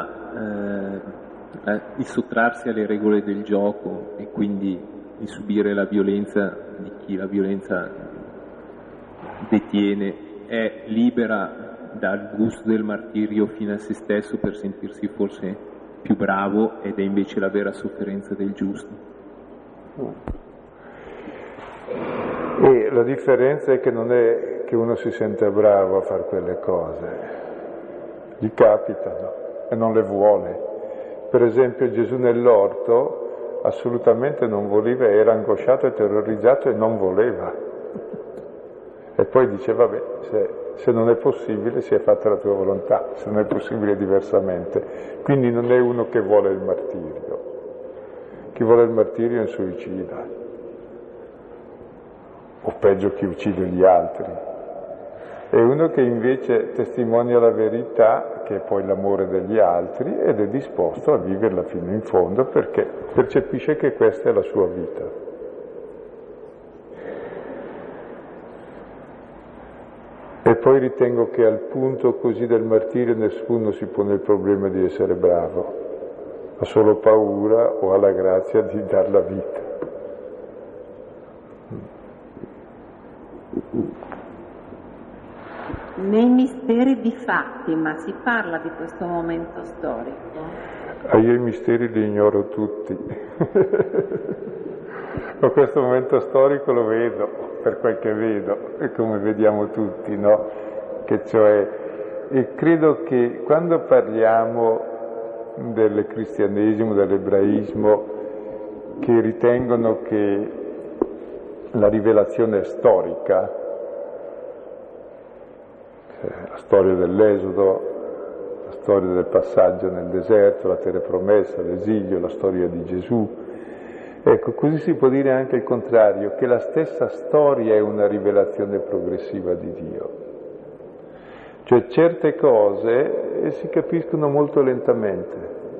il sottrarsi alle regole del gioco e quindi il subire la violenza di chi la violenza detiene è libera dal gusto del martirio fino a se stesso per sentirsi forse più bravo ed è invece la vera sofferenza del giusto? E la differenza è che non è che uno si sente bravo a fare quelle cose, gli capitano e non le vuole. Per esempio Gesù nell'orto assolutamente non voleva, era angosciato e terrorizzato e non voleva. E poi dice, vabbè, se non è possibile sia fatta la tua volontà, se non è possibile diversamente. Quindi non è uno che vuole il martirio. Chi vuole il martirio è un suicida. O peggio chi uccide gli altri. È uno che invece testimonia la verità, che è poi l'amore degli altri, ed è disposto a viverla fino in fondo perché percepisce che questa è la sua vita. E poi ritengo che al punto così del martirio nessuno si pone il problema di essere bravo, ha solo paura o ha la grazia di dar la vita. Nei misteri di Fatima si parla di questo momento storico? Io i misteri li ignoro tutti, ma questo momento storico lo vedo, per quel che vedo, e come vediamo tutti, no? Che cioè, e credo che quando parliamo del cristianesimo, dell'ebraismo, che ritengono che la rivelazione è storica, la storia dell'Esodo, la storia del passaggio nel deserto, la terra promessa, l'esilio, la storia di Gesù. Ecco, così si può dire anche il contrario, che la stessa storia è una rivelazione progressiva di Dio. Cioè certe cose si capiscono molto lentamente.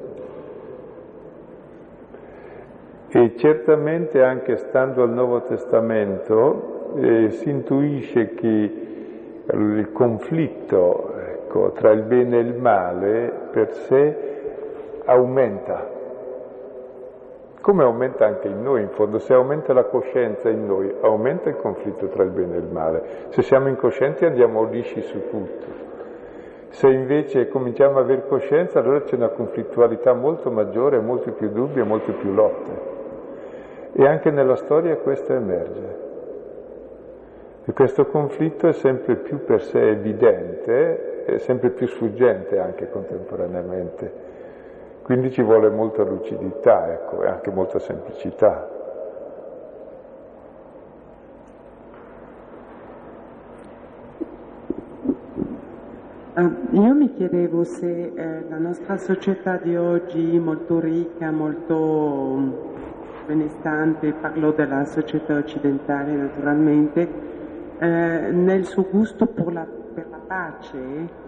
E certamente anche stando al Nuovo Testamento si intuisce che il conflitto tra il bene e il male per sé aumenta, come aumenta anche in noi in fondo. Se aumenta la coscienza in noi, aumenta il conflitto tra il bene e il male. Se siamo incoscienti andiamo lisci su tutto. Se invece cominciamo a aver coscienza, allora c'è una conflittualità molto maggiore, molti più dubbi e molte più lotte. E anche nella storia questo emerge. E questo conflitto è sempre più per sé evidente, è sempre più sfuggente anche contemporaneamente. Quindi ci vuole molta lucidità, ecco, e anche molta semplicità. Io mi chiedevo se la nostra società di oggi, molto ricca, molto benestante, parlo della società occidentale naturalmente, nel suo gusto per la pace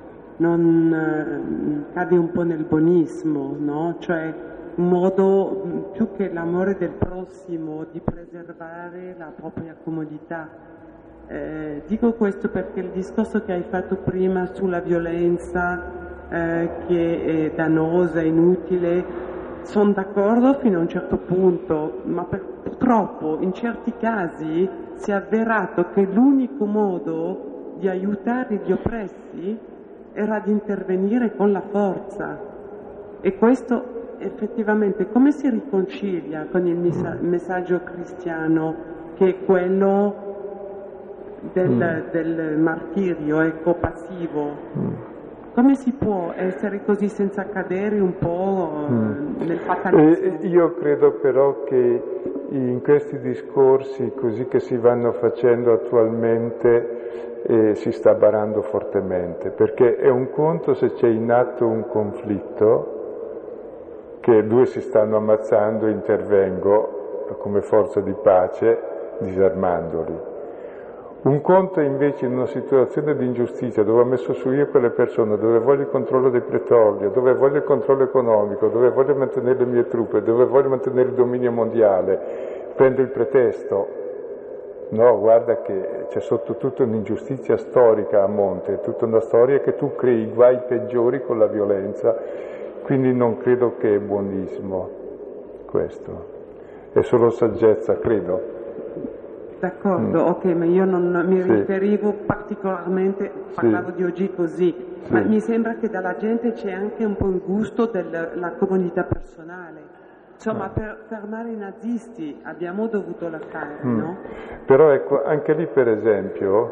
non cade un po' nel buonismo, no? Cioè un modo più che l'amore del prossimo di preservare la propria comodità. Dico questo perché il discorso che hai fatto prima sulla violenza che è dannosa, inutile, sono d'accordo fino a un certo punto, ma purtroppo in certi casi si è avverato che l'unico modo di aiutare gli oppressi era di intervenire con la forza. E questo effettivamente come si riconcilia con il messaggio cristiano, che è quello del martirio, ecco, passivo? Come si può essere così senza cadere un po' nel fatalismo? Io credo però che in questi discorsi così che si vanno facendo attualmente si sta barando fortemente, perché è un conto se c'è in atto un conflitto, che due si stanno ammazzando e intervengo come forza di pace disarmandoli. Un conto invece in una situazione di ingiustizia dove ho messo su io quelle persone, dove voglio il controllo del petrolio, dove voglio il controllo economico, dove voglio mantenere le mie truppe, dove voglio mantenere il dominio mondiale, prendo il pretesto. No, guarda che c'è sotto tutta un'ingiustizia storica a monte, è tutta una storia che tu crei i guai peggiori con la violenza, quindi non credo che è buonismo questo, è solo saggezza, credo. D'accordo, ok, ma io non mi riferivo particolarmente, parlavo di oggi così, ma mi sembra che dalla gente c'è anche un po' il gusto della comunità personale. Insomma, per fermare i nazisti abbiamo dovuto lottare, no? Però ecco, anche lì per esempio,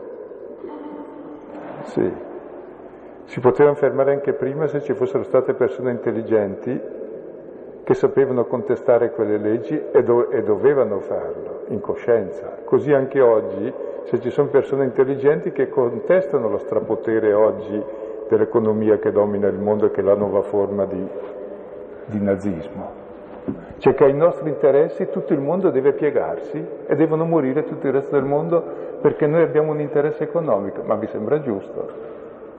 si potevano fermare anche prima se ci fossero state persone intelligenti che sapevano contestare quelle leggi e dovevano farlo, in coscienza. Così anche oggi, se ci sono persone intelligenti che contestano lo strapotere oggi dell'economia che domina il mondo e che è la nuova forma di nazismo. Cioè che ai nostri interessi tutto il mondo deve piegarsi e devono morire tutto il resto del mondo perché noi abbiamo un interesse economico, ma vi sembra giusto?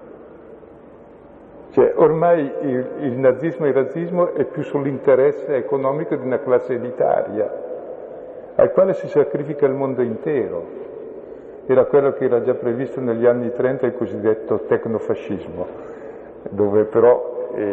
Cioè, ormai il nazismo e il razzismo è più sull'interesse economico di una classe elitaria, al quale si sacrifica il mondo intero. Era quello che era già previsto negli anni 30, il cosiddetto tecnofascismo, dove però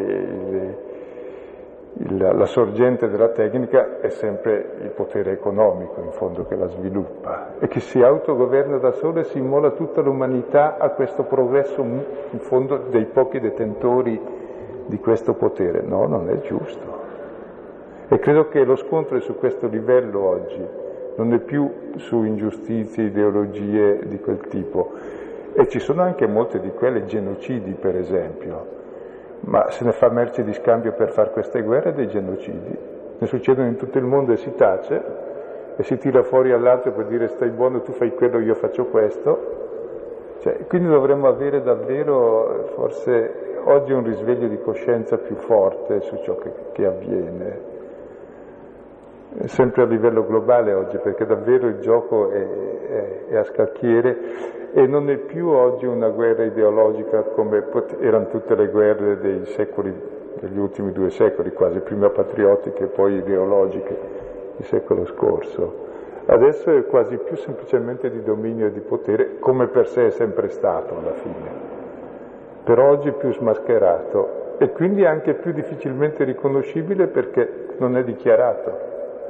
la sorgente della tecnica è sempre il potere economico, in fondo, che la sviluppa, e che si autogoverna da solo e si immola tutta l'umanità a questo progresso, in fondo, dei pochi detentori di questo potere. No, non è giusto. E credo che lo scontro è su questo livello oggi, non è più su ingiustizie, ideologie di quel tipo. E ci sono anche molte di quelle genocidi, per esempio. Ma se ne fa merce di scambio per fare queste guerre dei genocidi. Ne succedono in tutto il mondo e si tace, e si tira fuori all'altro per dire stai buono, tu fai quello, io faccio questo. Cioè, quindi dovremmo avere davvero, forse, oggi un risveglio di coscienza più forte su ciò che avviene. Sempre a livello globale oggi, perché davvero il gioco è a scacchiere e non è più oggi una guerra ideologica come erano tutte le guerre dei secoli, degli ultimi 2 secoli quasi, prima patriottiche e poi ideologiche, il secolo scorso. Adesso è quasi più semplicemente di dominio e di potere, come per sé è sempre stato alla fine, però oggi più smascherato e quindi anche più difficilmente riconoscibile perché non è dichiarato.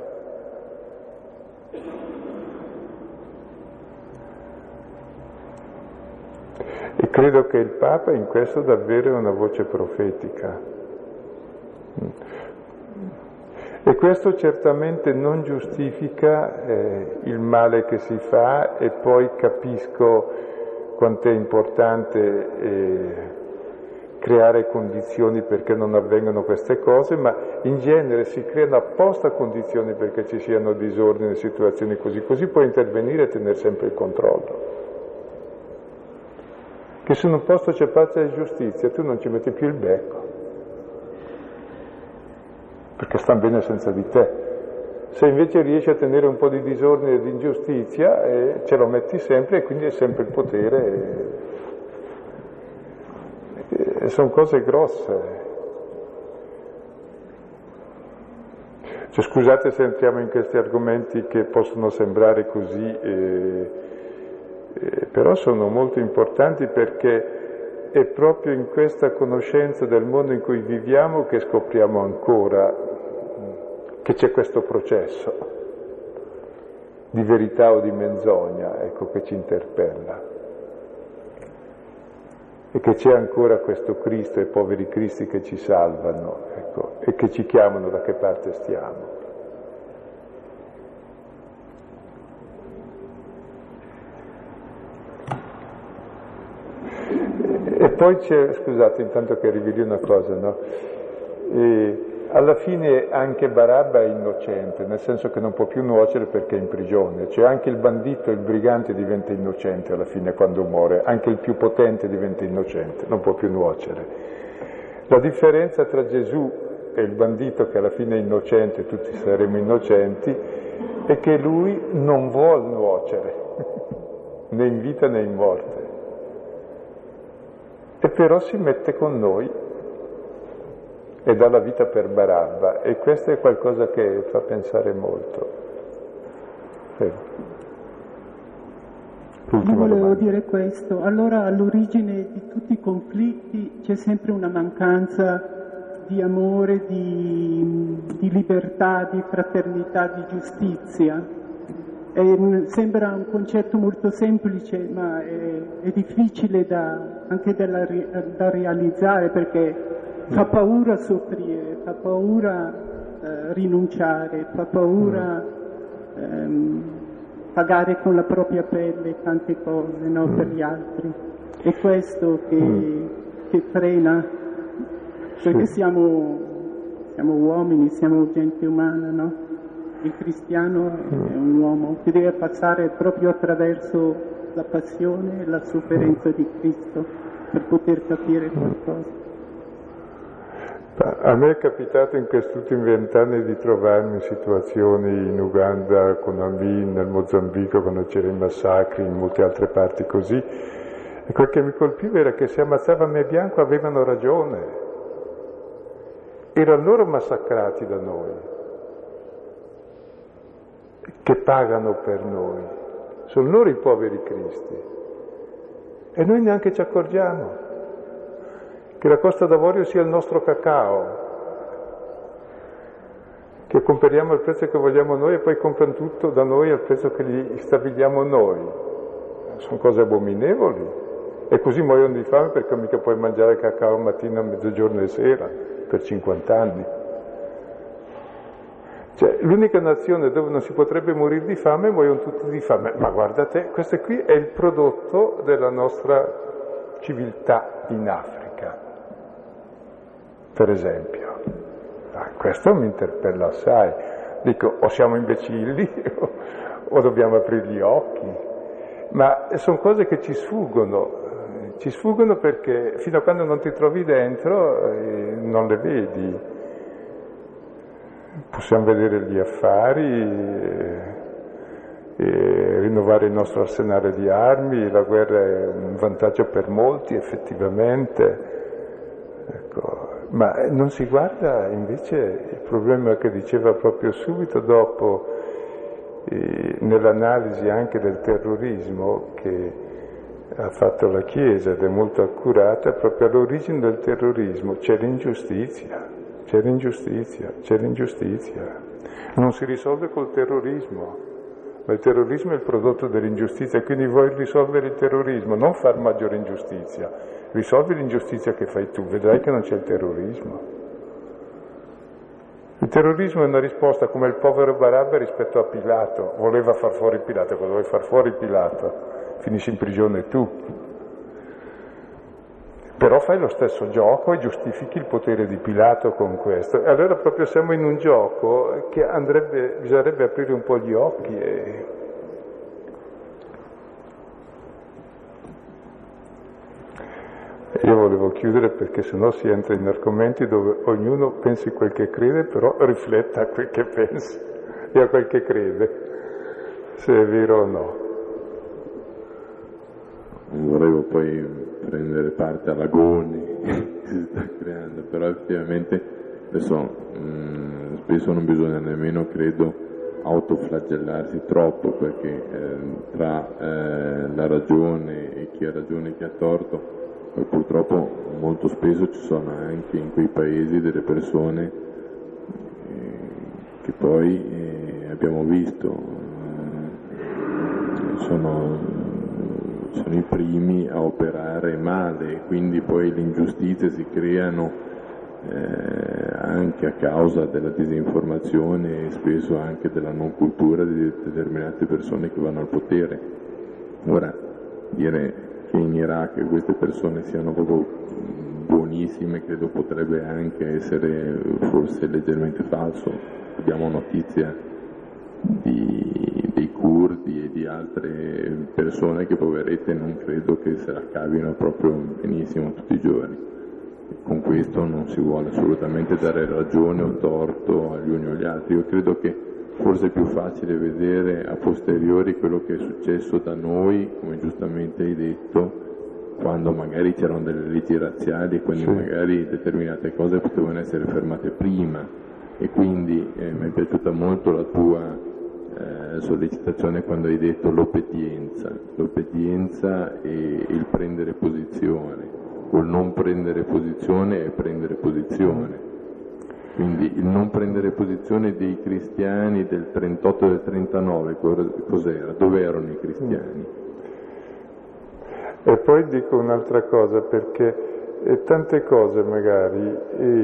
E credo che il Papa in questo davvero è una voce profetica. E questo certamente non giustifica il male che si fa, e poi capisco quanto è importante creare condizioni perché non avvengano queste cose, ma in genere si creano apposta condizioni perché ci siano disordini e situazioni così puoi intervenire e tenere sempre il controllo. Che se in un posto c'è pace e giustizia tu non ci metti più il becco, perché stanno bene senza di te. Se invece riesci a tenere un po' di disordine e di ingiustizia, ce lo metti sempre e quindi è sempre il potere. E sono cose grosse. Cioè, scusate se entriamo in questi argomenti che possono sembrare così, però sono molto importanti perché è proprio in questa conoscenza del mondo in cui viviamo che scopriamo ancora che c'è questo processo di verità o di menzogna, ecco, che ci interpella. E che c'è ancora questo Cristo e poveri Cristi che ci salvano, ecco, e che ci chiamano da che parte stiamo. E poi c'è, scusate, intanto che arrivi lì una cosa, no? Alla fine anche Barabba è innocente, nel senso che non può più nuocere perché è in prigione, cioè anche il bandito, il brigante diventa innocente alla fine quando muore, anche il più potente diventa innocente, non può più nuocere. La differenza tra Gesù e il bandito, che alla fine è innocente, tutti saremo innocenti, è che lui non vuol nuocere, né in vita né in morte, e però si mette con noi e dà la vita per Barabba, e questo è qualcosa che fa pensare molto. Io volevo dire questo, allora all'origine di tutti i conflitti c'è sempre una mancanza di amore, di libertà, di fraternità, di giustizia. Sembra un concetto molto semplice, ma è difficile anche da realizzare, perché fa paura soffrire, fa paura rinunciare, fa paura pagare con la propria pelle tante cose, no, per gli altri. È questo che frena, perché siamo uomini, siamo gente umana, no? Il cristiano è un uomo che deve passare proprio attraverso la passione e la sofferenza di Cristo per poter capire qualcosa. A me è capitato in questi ultimi 20 anni di trovarmi in situazioni in Uganda, con Amin, nel Mozambico, quando c'erano i massacri, in molte altre parti così, e quel che mi colpiva era che se ammazzava me bianco avevano ragione, erano loro massacrati da noi, che pagano per noi, sono loro i poveri cristi, e noi neanche ci accorgiamo che la Costa d'Avorio sia il nostro cacao, che compriamo al prezzo che vogliamo noi e poi comprano tutto da noi al prezzo che gli stabiliamo noi. Sono cose abominevoli, e così muoiono di fame perché mica puoi mangiare cacao mattina, mezzogiorno e sera per 50 anni. Cioè, l'unica nazione dove non si potrebbe morire di fame, muoiono tutti di fame. Ma guarda te, questo qui è il prodotto della nostra civiltà in Africa, per esempio. Questo mi interpella assai. Dico, o siamo imbecilli o dobbiamo aprire gli occhi. Ma sono cose che ci sfuggono perché fino a quando non ti trovi dentro non le vedi. Possiamo vedere gli affari, rinnovare il nostro arsenale di armi, la guerra è un vantaggio per molti effettivamente, ecco. Ma non si guarda invece il problema che diceva proprio subito dopo, nell'analisi anche del terrorismo che ha fatto la Chiesa ed è molto accurata, proprio all'origine del terrorismo c'è l'ingiustizia. C'è l'ingiustizia. Non si risolve col terrorismo, ma il terrorismo è il prodotto dell'ingiustizia, quindi vuoi risolvere il terrorismo, non far maggiore ingiustizia, risolvi l'ingiustizia che fai tu, vedrai che non c'è il terrorismo. Il terrorismo è una risposta come il povero Barabba rispetto a Pilato, voleva far fuori Pilato, cosa vuoi far fuori Pilato? Finisci in prigione tu. Però fai lo stesso gioco e giustifichi il potere di Pilato con questo. E allora proprio siamo in un gioco che bisognerebbe aprire un po' gli occhi Io volevo chiudere perché sennò si entra in argomenti dove ognuno pensi quel che crede, però rifletta a quel che pensa e a quel che crede, se è vero o no. Non volevo poi prendere parte all'agone che si sta creando, però effettivamente adesso spesso non bisogna nemmeno, credo, autoflagellarsi troppo, perché tra la ragione e chi ha ragione e chi ha torto, purtroppo molto spesso ci sono anche in quei paesi delle persone che poi abbiamo visto sono i primi a operare male, quindi poi le ingiustizie si creano anche a causa della disinformazione e spesso anche della non cultura di determinate persone che vanno al potere. Ora, dire che in Iraq queste persone siano proprio buonissime, credo potrebbe anche essere forse leggermente falso. Abbiamo notizia dei curdi e di altre persone che, poverette, non credo che se la cavino proprio benissimo tutti i giorni. Con questo non si vuole assolutamente dare ragione o torto agli uni o agli altri. Io credo che forse è più facile vedere a posteriori quello che è successo da noi, come giustamente hai detto, quando magari c'erano delle leggi razziali e quindi magari determinate cose potevano essere fermate prima. E quindi mi è piaciuta molto la tua sollecitazione quando hai detto l'obbedienza e il prendere posizione, o il non prendere posizione e prendere posizione. Quindi il non prendere posizione dei cristiani del 38 e del 39, cos'era? Dove erano i cristiani? E poi dico un'altra cosa, perché tante cose magari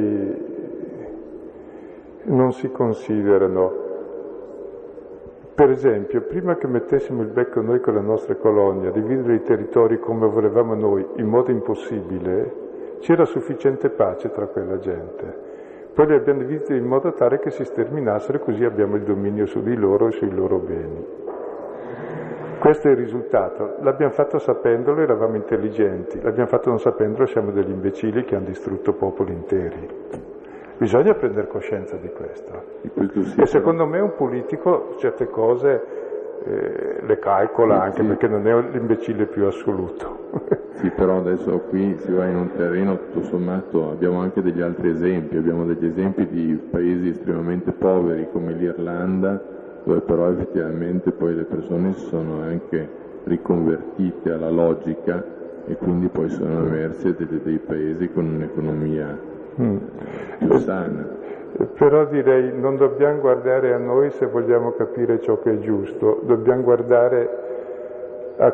non si considerano. Per esempio, prima che mettessimo il becco noi con le nostre colonie a dividere i territori come volevamo noi, in modo impossibile, c'era sufficiente pace tra quella gente. Poi li abbiamo dividiti in modo tale che si sterminassero, e così abbiamo il dominio su di loro e sui loro beni. Questo è il risultato. L'abbiamo fatto sapendolo, eravamo intelligenti. L'abbiamo fatto non sapendolo, siamo degli imbecilli che hanno distrutto popoli interi. Bisogna prendere coscienza di questo. E secondo me un politico certe cose le calcola anche perché non è l'imbecille più assoluto. Sì, però adesso qui si va in un terreno, tutto sommato abbiamo anche degli altri esempi, abbiamo degli esempi di paesi estremamente poveri come l'Irlanda, dove però effettivamente poi le persone si sono anche riconvertite alla logica e quindi poi sono emerse dei paesi con un'economia più sana. Però direi non dobbiamo guardare a noi se vogliamo capire ciò che è giusto, dobbiamo guardare a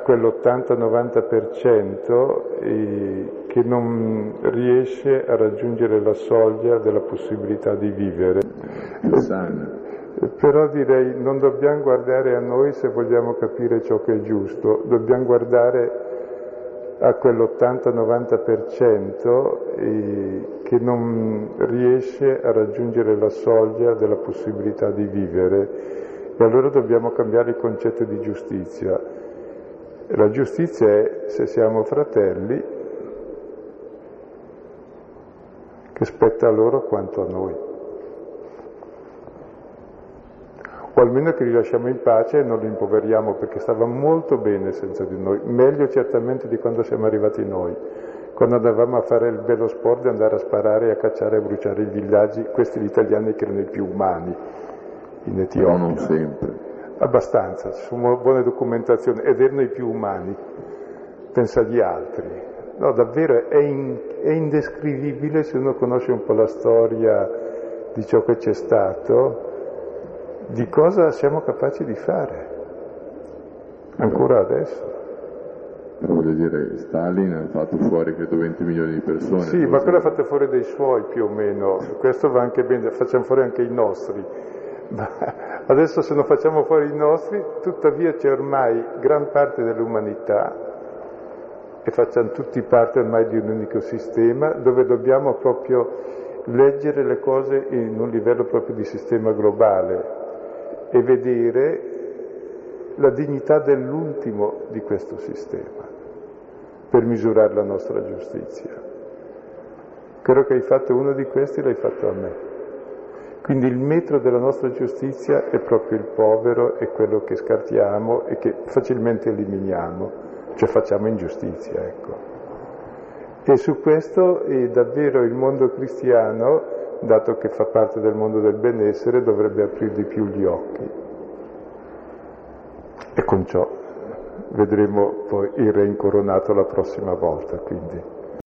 quell'80-90% che non riesce a raggiungere la soglia della possibilità di vivere. Sana. Però direi non dobbiamo guardare a noi se vogliamo capire ciò che è giusto, dobbiamo guardare a quell'80-90% che non riesce a raggiungere la soglia della possibilità di vivere, e allora dobbiamo cambiare il concetto di giustizia. La giustizia è se siamo fratelli, che spetta a loro quanto a noi, o almeno che li lasciamo in pace e non li impoveriamo, perché stavano molto bene senza di noi, meglio certamente di quando siamo arrivati noi, quando andavamo a fare il bello sport di andare a sparare, a cacciare e a bruciare i villaggi, questi gli italiani che erano i più umani in Etiopia. Però non sempre. Abbastanza, ci sono buone documentazioni, ed erano i più umani, pensa agli altri. No, davvero è indescrivibile se uno conosce un po' la storia di ciò che c'è stato, di cosa siamo capaci di fare, ancora adesso. Voglio dire, Stalin ha fatto fuori credo 20 milioni di persone. Sì, ma quello ha fatto fuori dei suoi più o meno, questo va anche bene, facciamo fuori anche i nostri. Ma adesso se non facciamo fuori i nostri, tuttavia c'è ormai gran parte dell'umanità, e facciamo tutti parte ormai di un unico sistema, dove dobbiamo proprio leggere le cose in un livello proprio di sistema globale e vedere la dignità dell'ultimo di questo sistema per misurare la nostra giustizia. Quello che hai fatto uno di questi l'hai fatto a me. Quindi il metro della nostra giustizia è proprio il povero, è quello che scartiamo e che facilmente eliminiamo, cioè facciamo ingiustizia, ecco. E su questo davvero il mondo cristiano, dato che fa parte del mondo del benessere, dovrebbe aprire di più gli occhi. E con ciò vedremo poi il re incoronato la prossima volta, quindi.